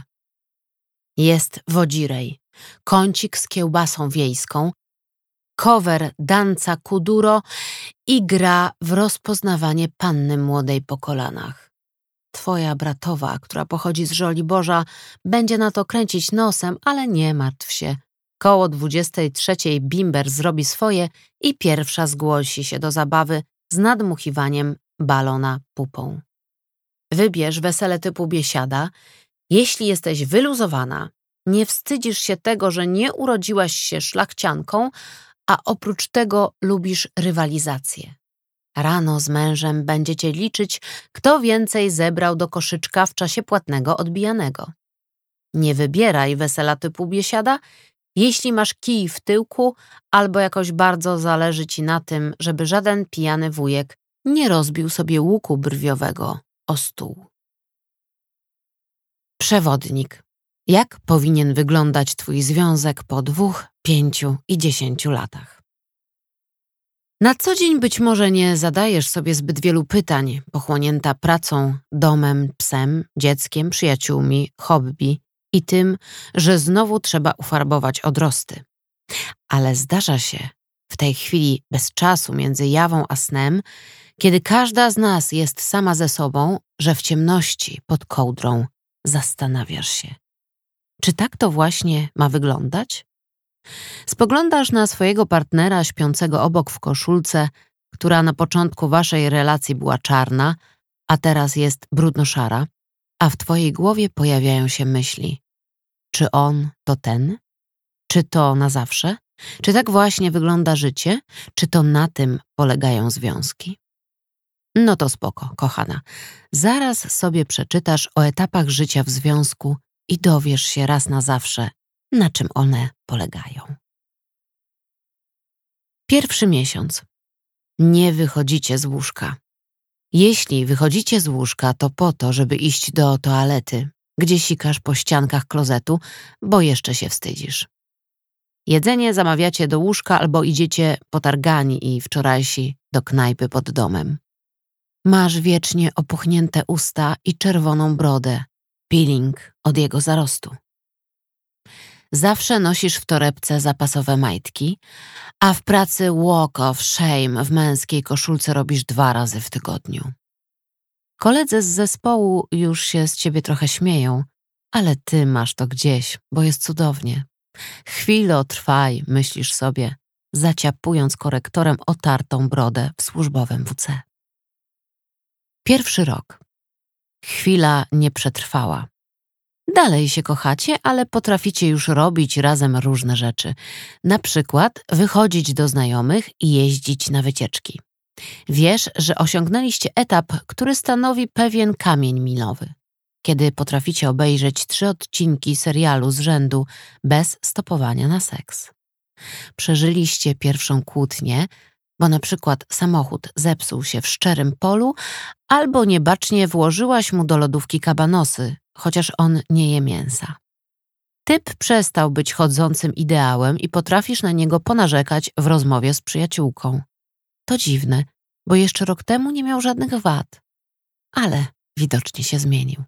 Jest wodzirej, kącik z kiełbasą wiejską, cover danca kuduro i gra w rozpoznawanie panny młodej po kolanach. Twoja bratowa, która pochodzi z Żoliborza, będzie na to kręcić nosem, ale nie martw się. Koło dwudziestej trzeciej bimber zrobi swoje i pierwsza zgłosi się do zabawy z nadmuchiwaniem balona pupą. Wybierz wesele typu biesiada. Jeśli jesteś wyluzowana, nie wstydzisz się tego, że nie urodziłaś się szlachcianką, a oprócz tego lubisz rywalizację. Rano z mężem będziecie liczyć, kto więcej zebrał do koszyczka w czasie płatnego odbijanego. Nie wybieraj wesela typu biesiada, jeśli masz kij w tyłku albo jakoś bardzo zależy ci na tym, żeby żaden pijany wujek nie rozbił sobie łuku brwiowego o stół. Przewodnik. Jak powinien wyglądać twój związek po dwóch, pięciu i dziesięciu latach? Na co dzień być może nie zadajesz sobie zbyt wielu pytań, pochłonięta pracą, domem, psem, dzieckiem, przyjaciółmi, hobby i tym, że znowu trzeba ufarbować odrosty. Ale zdarza się w tej chwili bez czasu między jawą a snem, kiedy każda z nas jest sama ze sobą, że w ciemności pod kołdrą zastanawiasz się. Czy tak to właśnie ma wyglądać? Spoglądasz na swojego partnera śpiącego obok w koszulce, która na początku waszej relacji była czarna, a teraz jest brudno-szara, a w twojej głowie pojawiają się myśli. Czy on to ten? Czy to na zawsze? Czy tak właśnie wygląda życie? Czy to na tym polegają związki? No to spoko, kochana. Zaraz sobie przeczytasz o etapach życia w związku i dowiesz się raz na zawsze, na czym one polegają. Pierwszy miesiąc. Nie wychodzicie z łóżka. Jeśli wychodzicie z łóżka, to po to, żeby iść do toalety, gdzie sikasz po ściankach klozetu, bo jeszcze się wstydzisz. Jedzenie zamawiacie do łóżka albo idziecie potargani i wczorajsi do knajpy pod domem. Masz wiecznie opuchnięte usta i czerwoną brodę, peeling od jego zarostu. Zawsze nosisz w torebce zapasowe majtki, a w pracy walk of shame w męskiej koszulce robisz dwa razy w tygodniu. Koledzy z zespołu już się z ciebie trochę śmieją, ale ty masz to gdzieś, bo jest cudownie. Chwilo trwaj, myślisz sobie, zaciapując korektorem otartą brodę w służbowym W C. Pierwszy rok. Chwila nie przetrwała. Dalej się kochacie, ale potraficie już robić razem różne rzeczy. Na przykład wychodzić do znajomych i jeździć na wycieczki. Wiesz, że osiągnęliście etap, który stanowi pewien kamień milowy. Kiedy potraficie obejrzeć trzy odcinki serialu z rzędu bez stopowania na seks. Przeżyliście pierwszą kłótnię, bo na przykład samochód zepsuł się w szczerym polu, albo niebacznie włożyłaś mu do lodówki kabanosy, chociaż on nie je mięsa. Typ przestał być chodzącym ideałem i potrafisz na niego ponarzekać w rozmowie z przyjaciółką. To dziwne, bo jeszcze rok temu nie miał żadnych wad, ale widocznie się zmienił.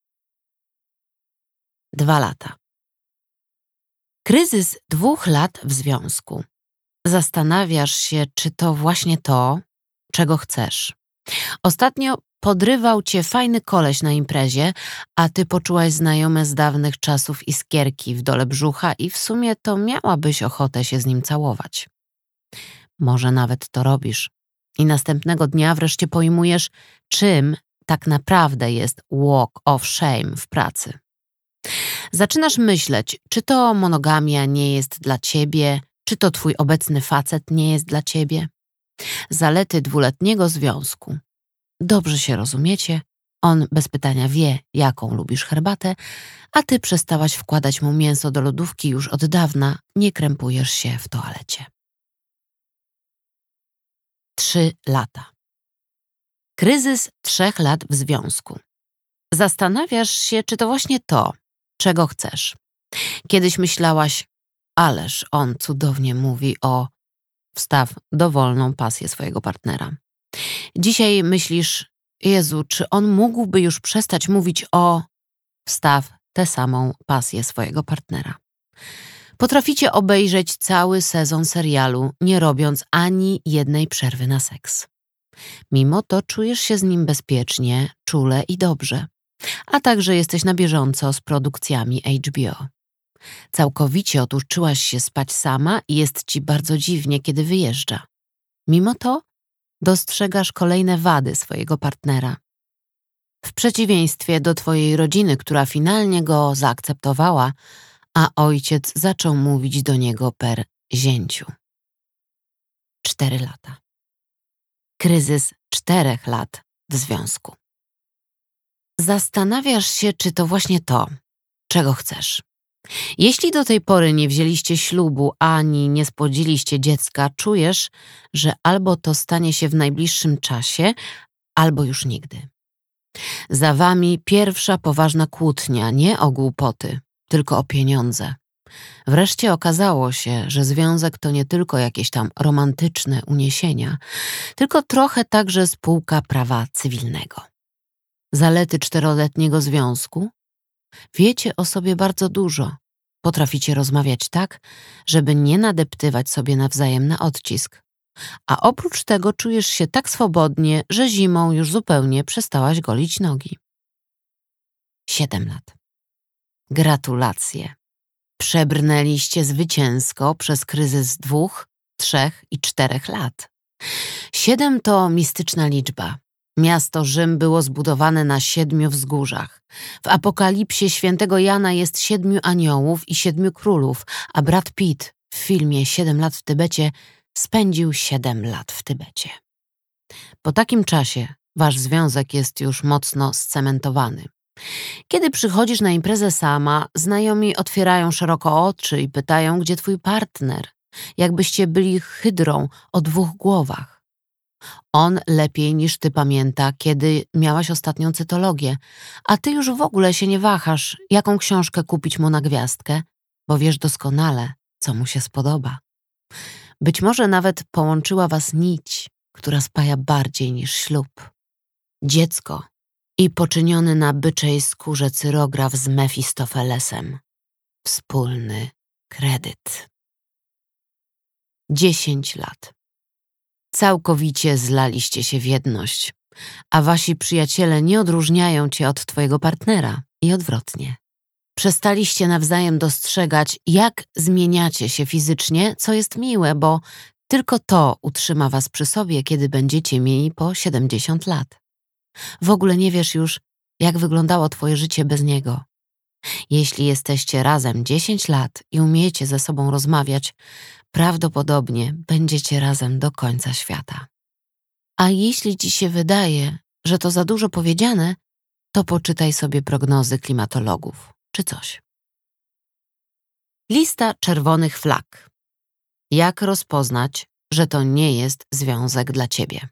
Dwa lata. Kryzys dwóch lat w związku. Zastanawiasz się, czy to właśnie to, czego chcesz. Ostatnio podrywał cię fajny koleś na imprezie, a ty poczułaś znajome z dawnych czasów iskierki w dole brzucha i w sumie to miałabyś ochotę się z nim całować. Może nawet to robisz. I następnego dnia wreszcie pojmujesz, czym tak naprawdę jest walk of shame w pracy. Zaczynasz myśleć, czy to monogamia nie jest dla ciebie, czy to twój obecny facet nie jest dla ciebie. Zalety dwuletniego związku. Dobrze się rozumiecie, on bez pytania wie, jaką lubisz herbatę, a ty przestałaś wkładać mu mięso do lodówki już od dawna, nie krępujesz się w toalecie. Trzy lata. Kryzys trzech lat w związku. Zastanawiasz się, czy to właśnie to, czego chcesz. Kiedyś myślałaś, ależ on cudownie mówi o wstaw dowolną pasję swojego partnera. Dzisiaj myślisz, Jezu, czy on mógłby już przestać mówić o wstaw tę samą pasję swojego partnera. Potraficie obejrzeć cały sezon serialu, nie robiąc ani jednej przerwy na seks. Mimo to czujesz się z nim bezpiecznie, czule i dobrze, a także jesteś na bieżąco z produkcjami H B O. Całkowicie oduczyłaś się spać sama i jest ci bardzo dziwnie, kiedy wyjeżdża. Mimo to dostrzegasz kolejne wady swojego partnera. W przeciwieństwie do twojej rodziny, która finalnie go zaakceptowała, a ojciec zaczął mówić do niego per zięciu. Cztery lata. Kryzys czterech lat w związku. Zastanawiasz się, czy to właśnie to, czego chcesz. Jeśli do tej pory nie wzięliście ślubu ani nie spłodziliście dziecka, czujesz, że albo to stanie się w najbliższym czasie, albo już nigdy. Za wami pierwsza poważna kłótnia, nie o głupoty, tylko o pieniądze. Wreszcie okazało się, że związek to nie tylko jakieś tam romantyczne uniesienia, tylko trochę także spółka prawa cywilnego. Zalety czteroletniego związku? Wiecie o sobie bardzo dużo. Potraficie rozmawiać tak, żeby nie nadeptywać sobie nawzajem na odcisk. A oprócz tego czujesz się tak swobodnie, że zimą już zupełnie przestałaś golić nogi. Siedem lat. Gratulacje. Przebrnęliście zwycięsko przez kryzys dwóch, trzech i czterech lat. Siedem to mistyczna liczba. Miasto Rzym było zbudowane na siedmiu wzgórzach. W Apokalipsie świętego Jana jest siedmiu aniołów i siedmiu królów, a Brad Pitt w filmie Siedem lat w Tybecie spędził siedem lat w Tybecie. Po takim czasie wasz związek jest już mocno scementowany. Kiedy przychodzisz na imprezę sama, znajomi otwierają szeroko oczy i pytają, gdzie twój partner, jakbyście byli hydrą o dwóch głowach. On lepiej niż ty pamięta, kiedy miałaś ostatnią cytologię, a ty już w ogóle się nie wahasz, jaką książkę kupić mu na gwiazdkę, bo wiesz doskonale, co mu się spodoba. Być może nawet połączyła was nić, która spaja bardziej niż ślub. Dziecko i poczyniony na byczej skórze cyrograf z Mefistofelesem. Wspólny kredyt. Dziesięć lat. Całkowicie zlaliście się w jedność, a wasi przyjaciele nie odróżniają cię od twojego partnera i odwrotnie. Przestaliście nawzajem dostrzegać, jak zmieniacie się fizycznie, co jest miłe, bo tylko to utrzyma was przy sobie, kiedy będziecie mieli po siedemdziesiąt lat. W ogóle nie wiesz już, jak wyglądało twoje życie bez niego. Jeśli jesteście razem dziesięć lat i umiecie ze sobą rozmawiać, prawdopodobnie będziecie razem do końca świata. A jeśli ci się wydaje, że to za dużo powiedziane, to poczytaj sobie prognozy klimatologów czy coś. Lista czerwonych flag. Jak rozpoznać, że to nie jest związek dla ciebie?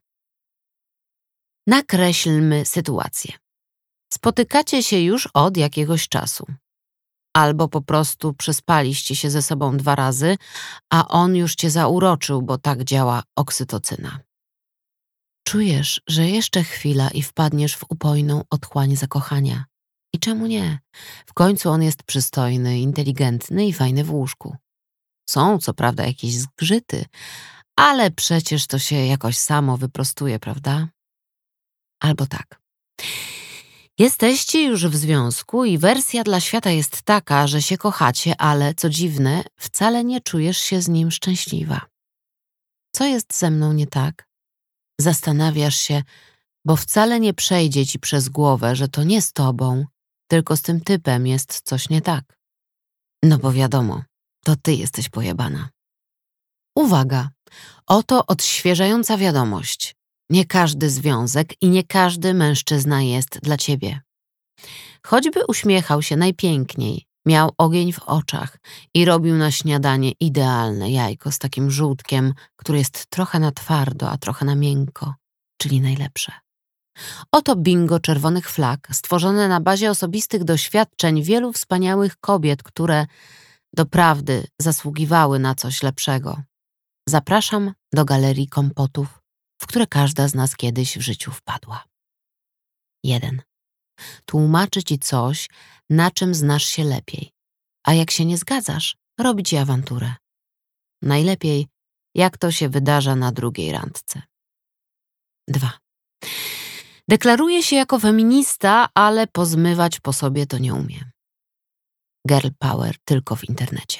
Nakreślmy sytuację. Spotykacie się już od jakiegoś czasu. Albo po prostu przespaliście się ze sobą dwa razy, a on już cię zauroczył, bo tak działa oksytocyna. Czujesz, że jeszcze chwila i wpadniesz w upojną otchłań zakochania. I czemu nie? W końcu on jest przystojny, inteligentny i fajny w łóżku. Są co prawda jakieś zgrzyty, ale przecież to się jakoś samo wyprostuje, prawda? Albo tak. Jesteście już w związku i wersja dla świata jest taka, że się kochacie, ale co dziwne, wcale nie czujesz się z nim szczęśliwa. Co jest ze mną nie tak? Zastanawiasz się, bo wcale nie przejdzie ci przez głowę, że to nie z tobą, tylko z tym typem jest coś nie tak. No bo wiadomo, to ty jesteś pojebana. Uwaga, oto odświeżająca wiadomość. Nie każdy związek i nie każdy mężczyzna jest dla ciebie. Choćby uśmiechał się najpiękniej, miał ogień w oczach i robił na śniadanie idealne jajko z takim żółtkiem, które jest trochę na twardo, a trochę na miękko, czyli najlepsze. Oto bingo czerwonych flag, stworzone na bazie osobistych doświadczeń wielu wspaniałych kobiet, które doprawdy zasługiwały na coś lepszego. Zapraszam do galerii kompotów, w które każda z nas kiedyś w życiu wpadła. jeden. Tłumaczy ci coś, na czym znasz się lepiej, a jak się nie zgadzasz, robi ci awanturę. Najlepiej, jak to się wydarza na drugiej randce. dwa. Deklaruje się jako feminista, ale pozmywać po sobie to nie umie. Girl power tylko w internecie.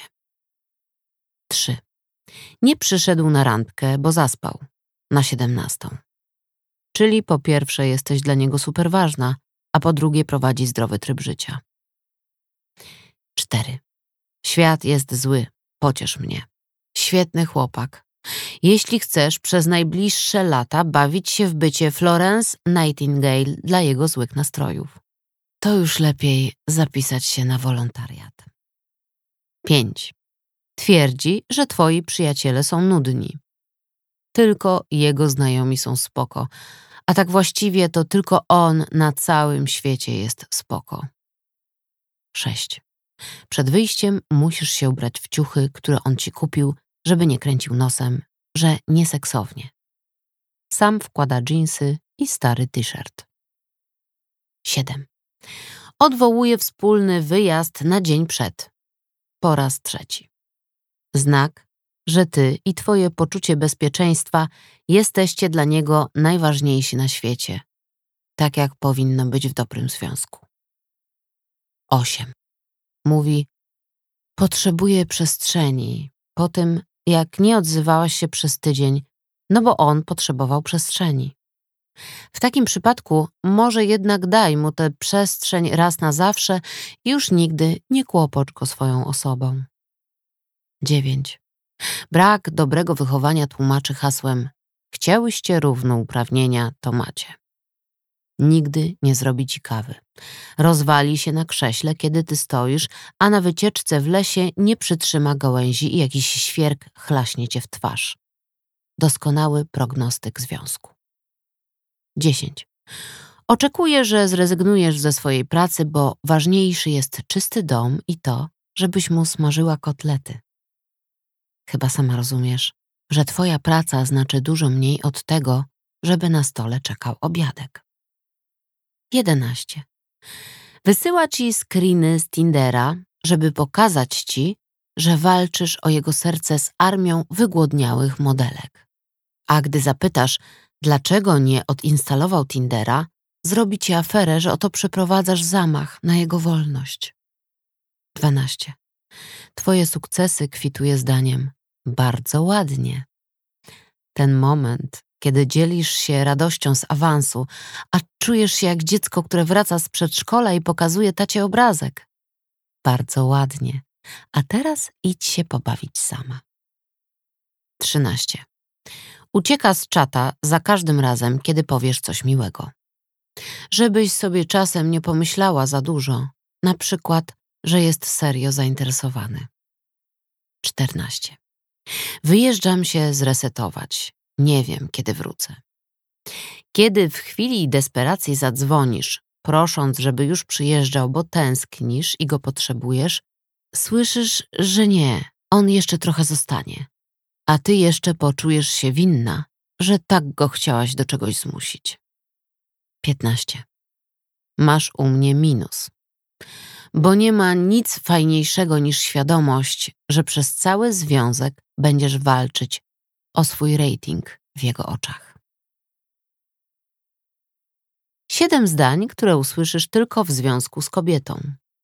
trzy. Nie przyszedł na randkę, bo zaspał. Na siedemnastą. Czyli po pierwsze jesteś dla niego super ważna, a po drugie prowadzi zdrowy tryb życia. cztery. Świat jest zły, pociesz mnie. Świetny chłopak. Jeśli chcesz przez najbliższe lata bawić się w bycie Florence Nightingale dla jego złych nastrojów, to już lepiej zapisać się na wolontariat. pięć. Twierdzi, że twoi przyjaciele są nudni. Tylko jego znajomi są spoko, a tak właściwie to tylko on na całym świecie jest spoko. sześć. Przed wyjściem musisz się ubrać w ciuchy, które on ci kupił, żeby nie kręcił nosem, że nieseksownie. Sam wkłada dżinsy i stary t-shirt. siedem. Odwołuje wspólny wyjazd na dzień przed. Po raz trzeci. Znak, że ty i twoje poczucie bezpieczeństwa jesteście dla niego najważniejsi na świecie. Tak jak powinno być w dobrym związku. osiem. Mówi, potrzebuję przestrzeni po tym, jak nie odzywałaś się przez tydzień, no bo on potrzebował przestrzeni. W takim przypadku może jednak daj mu tę przestrzeń raz na zawsze i już nigdy nie kłopocz go swoją osobą. dziewięć. Brak dobrego wychowania tłumaczy hasłem chciałyście równouprawnienia, to macie. Nigdy nie zrobi ci kawy. Rozwali się na krześle, kiedy ty stoisz, a na wycieczce w lesie nie przytrzyma gałęzi i jakiś świerk chlaśnie cię w twarz. Doskonały prognostyk związku. dziesięć. Oczekuję, że zrezygnujesz ze swojej pracy, bo ważniejszy jest czysty dom i to, żebyś mu smażyła kotlety. Chyba sama rozumiesz, że twoja praca znaczy dużo mniej od tego, żeby na stole czekał obiadek. jedenaście. Wysyła ci screeny z Tindera, żeby pokazać ci, że walczysz o jego serce z armią wygłodniałych modelek. A gdy zapytasz, dlaczego nie odinstalował Tindera, zrobi ci aferę, że oto przeprowadzasz zamach na jego wolność. dwanaście. Twoje sukcesy kwituje zdaniem bardzo ładnie. Ten moment, kiedy dzielisz się radością z awansu, a czujesz się jak dziecko, które wraca z przedszkola i pokazuje tacie obrazek. Bardzo ładnie. A teraz idź się pobawić sama. trzynaście. Ucieka z czata za każdym razem, kiedy powiesz coś miłego. Żebyś sobie czasem nie pomyślała za dużo, na przykład, że jest serio zainteresowany. czternaście. Wyjeżdżam się zresetować. Nie wiem, kiedy wrócę. Kiedy w chwili desperacji zadzwonisz, prosząc, żeby już przyjeżdżał, bo tęsknisz i go potrzebujesz, słyszysz, że nie, on jeszcze trochę zostanie, a ty jeszcze poczujesz się winna, że tak go chciałaś do czegoś zmusić. piętnaście. Masz u mnie minus. Bo nie ma nic fajniejszego niż świadomość, że przez cały związek będziesz walczyć o swój rating w jego oczach. Siedem zdań, które usłyszysz tylko w związku z kobietą.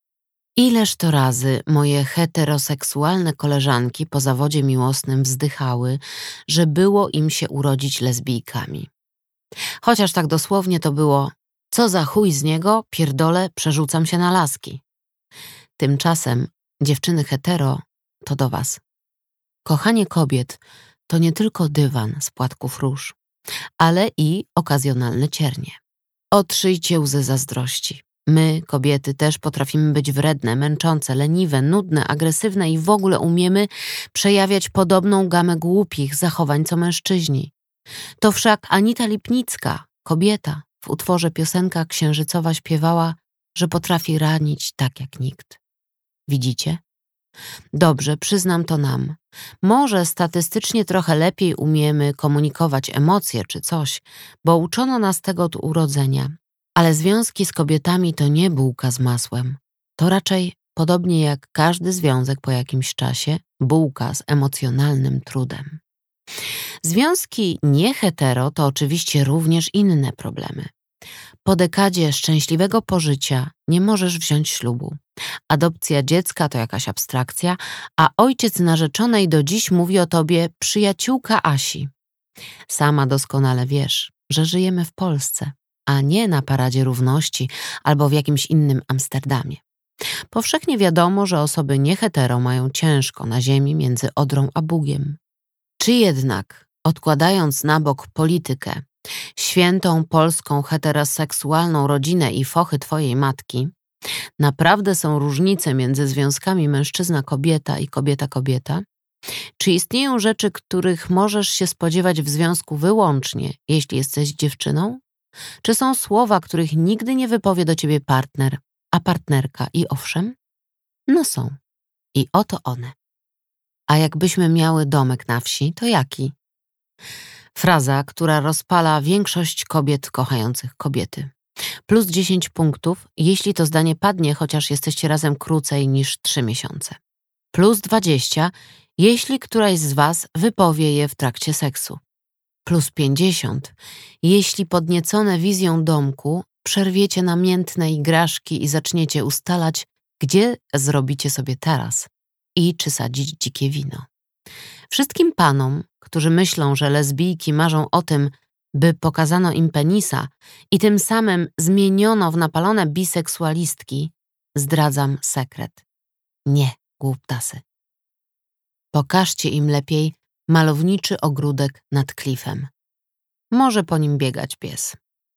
Ileż to razy moje heteroseksualne koleżanki po zawodzie miłosnym wzdychały, że było im się urodzić lesbijkami. Chociaż tak dosłownie to było: co za chuj z niego, pierdolę, przerzucam się na laski. Tymczasem, dziewczyny hetero, to do was. Kochanie kobiet to nie tylko dywan z płatków róż, ale i okazjonalne ciernie. Otrzyjcie łzy zazdrości. My, kobiety, też potrafimy być wredne, męczące, leniwe, nudne, agresywne i w ogóle umiemy przejawiać podobną gamę głupich zachowań co mężczyźni. To wszak Anita Lipnicka, kobieta, w utworze Piosenka księżycowa śpiewała, że potrafi ranić tak jak nikt. Widzicie? Dobrze, przyznam to nam. Może statystycznie trochę lepiej umiemy komunikować emocje czy coś, bo uczono nas tego od urodzenia. Ale związki z kobietami to nie bułka z masłem. To raczej, podobnie jak każdy związek po jakimś czasie, bułka z emocjonalnym trudem. Związki nie hetero to oczywiście również inne problemy. Po dekadzie szczęśliwego pożycia nie możesz wziąć ślubu. Adopcja dziecka to jakaś abstrakcja, a ojciec narzeczonej do dziś mówi o tobie przyjaciółka Asi. Sama doskonale wiesz, że żyjemy w Polsce, a nie na Paradzie Równości albo w jakimś innym Amsterdamie. Powszechnie wiadomo, że osoby niehetero mają ciężko na ziemi między Odrą a Bugiem. Czy jednak, odkładając na bok politykę, świętą polską heteroseksualną rodzinę i fochy twojej matki, naprawdę są różnice między związkami mężczyzna-kobieta i kobieta-kobieta? Czy istnieją rzeczy, których możesz się spodziewać w związku wyłącznie, jeśli jesteś dziewczyną? Czy są słowa, których nigdy nie wypowie do ciebie partner, a partnerka i owszem? No są. I oto one. A jakbyśmy miały domek na wsi, to jaki? Fraza, która rozpala większość kobiet kochających kobiety. Plus dziesięć punktów, jeśli to zdanie padnie, chociaż jesteście razem krócej niż trzy miesiące. Plus dwadzieścia, jeśli któraś z was wypowie je w trakcie seksu. Plus pięćdziesiąt, jeśli podniecone wizją domku przerwiecie namiętne igraszki i zaczniecie ustalać, gdzie zrobicie sobie taras i czy sadzić dzikie wino. Wszystkim panom, którzy myślą, że lesbijki marzą o tym, by pokazano im penisa i tym samym zmieniono w napalone biseksualistki, zdradzam sekret. Nie, głuptasy. Pokażcie im lepiej malowniczy ogródek nad klifem. Może po nim biegać pies.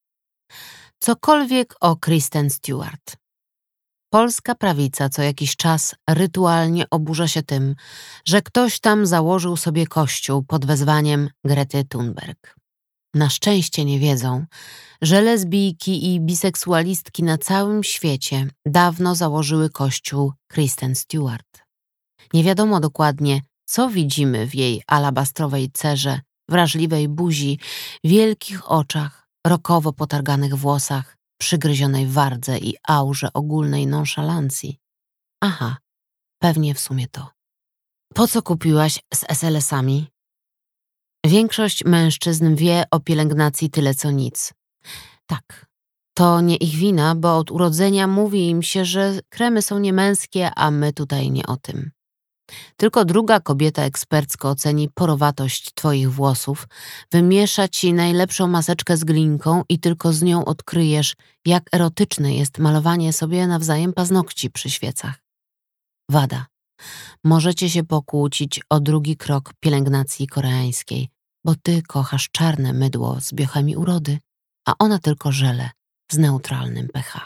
Cokolwiek o Kristen Stewart. Polska prawica co jakiś czas rytualnie oburza się tym, że ktoś tam założył sobie kościół pod wezwaniem Grety Thunberg. Na szczęście nie wiedzą, że lesbijki i biseksualistki na całym świecie dawno założyły kościół Kristen Stewart. Nie wiadomo dokładnie, co widzimy w jej alabastrowej cerze, wrażliwej buzi, wielkich oczach, rokowo potarganych włosach, przygryzionej wardze i aurze ogólnej nonszalancji. Aha, pewnie w sumie to. Po co kupiłaś z es el esami? Większość mężczyzn wie o pielęgnacji tyle co nic. Tak, to nie ich wina, bo od urodzenia mówi im się, że kremy są niemęskie, a my tutaj nie o tym. Tylko druga kobieta ekspercko oceni porowatość twoich włosów, wymiesza ci najlepszą maseczkę z glinką i tylko z nią odkryjesz, jak erotyczne jest malowanie sobie nawzajem paznokci przy świecach. Wada. Możecie się pokłócić o drugi krok pielęgnacji koreańskiej, bo ty kochasz czarne mydło z biochemii urody, a ona tylko żele z neutralnym pH.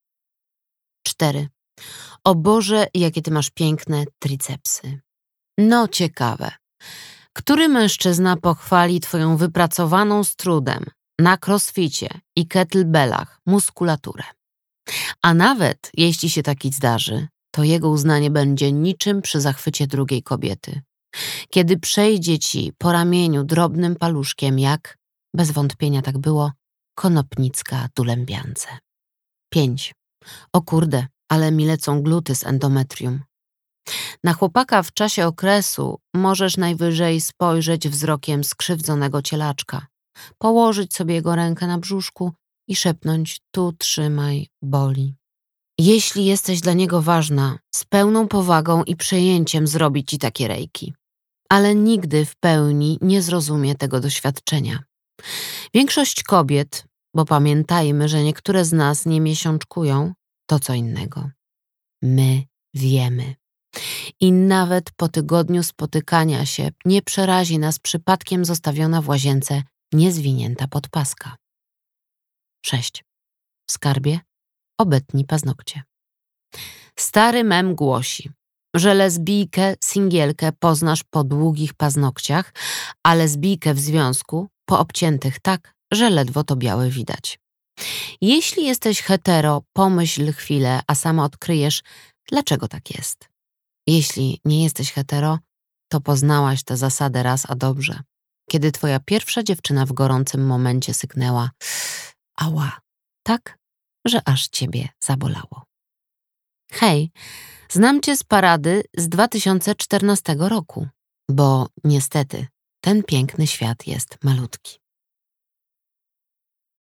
cztery. O Boże, jakie ty masz piękne tricepsy. No ciekawe. Który mężczyzna pochwali twoją wypracowaną z trudem na crossficie i kettlebellach muskulaturę? A nawet jeśli się taki zdarzy, to jego uznanie będzie niczym przy zachwycie drugiej kobiety. Kiedy przejdzie ci po ramieniu drobnym paluszkiem, jak, bez wątpienia tak było, Konopnicka Dulębiance. pięć. O kurde, ale mi lecą gluty z endometrium. Na chłopaka w czasie okresu możesz najwyżej spojrzeć wzrokiem skrzywdzonego cielaczka, położyć sobie jego rękę na brzuszku i szepnąć: tu trzymaj, boli. Jeśli jesteś dla niego ważna, z pełną powagą i przejęciem zrobi ci takie rejki. Ale nigdy w pełni nie zrozumie tego doświadczenia. Większość kobiet, bo pamiętajmy, że niektóre z nas nie miesiączkują, to co innego. My wiemy. I nawet po tygodniu spotykania się nie przerazi nas przypadkiem zostawiona w łazience niezwinięta podpaska. sześć. Skarbie, obetnij paznokcie. Stary mem głosi, że lesbijkę, singielkę poznasz po długich paznokciach, a lesbijkę w związku po obciętych tak, że ledwo to białe widać. Jeśli jesteś hetero, pomyśl chwilę, a sama odkryjesz, dlaczego tak jest. Jeśli nie jesteś hetero, to poznałaś tę zasadę raz a dobrze, kiedy twoja pierwsza dziewczyna w gorącym momencie syknęła: ała, tak, że aż ciebie zabolało. Hej, znam cię z parady z dwa tysiące czternastego roku, bo niestety ten piękny świat jest malutki.